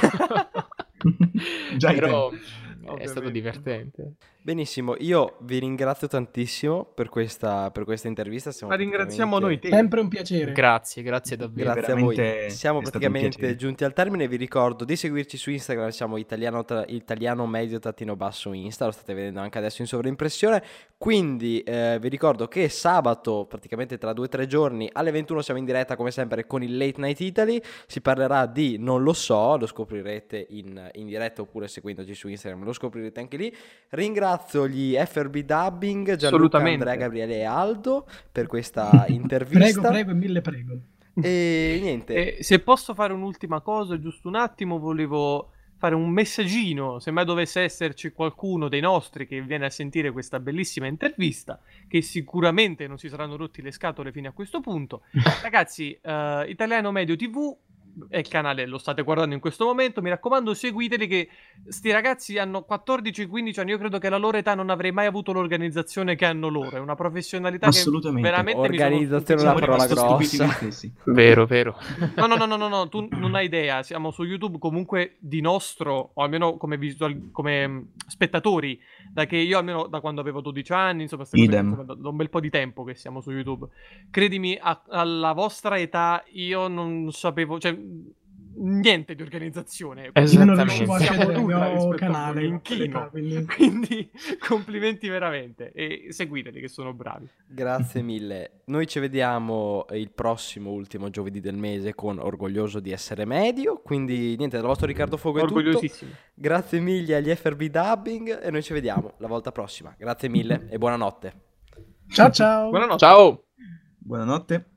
Già ai però è Ovviamente. stato divertente. Benissimo, io vi ringrazio tantissimo per questa, per questa intervista. Siamo Ma ringraziamo praticamente- noi te. Sempre un piacere. Grazie, grazie davvero. Grazie a voi. Veramente Siamo è stato un praticamente piacere. giunti al termine. Vi ricordo di seguirci su Instagram. Siamo italiano, tra- italiano medio trattino basso Insta. Lo state vedendo anche adesso in sovraimpressione. Quindi eh, vi ricordo che sabato, praticamente tra due o tre giorni, alle ventuno siamo in diretta come sempre con il Late Night Italy. Si parlerà di non lo so, lo scoprirete in, in diretta oppure seguendoci su Instagram, lo scoprirete anche lì. Ringrazio gli F R B Dubbing, Gianluca, Assolutamente. Andrea, Gabriele e Aldo per questa intervista. Prego, prego e mille prego. E niente. E se posso fare un'ultima cosa, giusto un attimo, volevo fare un messaggino, se mai dovesse esserci qualcuno dei nostri che viene a sentire questa bellissima intervista, che sicuramente non si saranno rotti le scatole fino a questo punto. Ragazzi, eh, Italiano Medio tivù è il canale, lo state guardando in questo momento, mi raccomando seguiteli, che sti ragazzi hanno quattordici quindici anni, io credo che alla loro età non avrei mai avuto l'organizzazione che hanno loro, è una professionalità Assolutamente. che veramente mi sono Organizzazione è stupito. una parola Siamo rimasti grossa. stupiti noi stessi. Vero, vero. No, no, no, no, no, no, tu non hai idea. Siamo su YouTube comunque di nostro, o almeno come, visual, come mh, spettatori, da che io almeno da quando avevo dodici anni, insomma, queste cose, Idem. insomma, da, da un bel po' di tempo che siamo su YouTube. Credimi, a- alla vostra età io non sapevo, cioè, niente di organizzazione. Io non Esattamente. riuscivo a Siamo accedere al nulla mio rispetto a canale voi, in quell'età, inchino. quindi... Quindi complimenti veramente e seguiteli che sono bravi. Grazie mille. Noi ci vediamo il prossimo ultimo giovedì del mese con Orgoglioso di essere medio. Quindi niente, dal vostro Riccardo Fogo è tutto. Orgogliosissimo. Grazie mille agli F R B Dubbing e noi ci vediamo la volta prossima. Grazie mille e buonanotte. Ciao ciao! Buonanotte. Ciao! Buonanotte.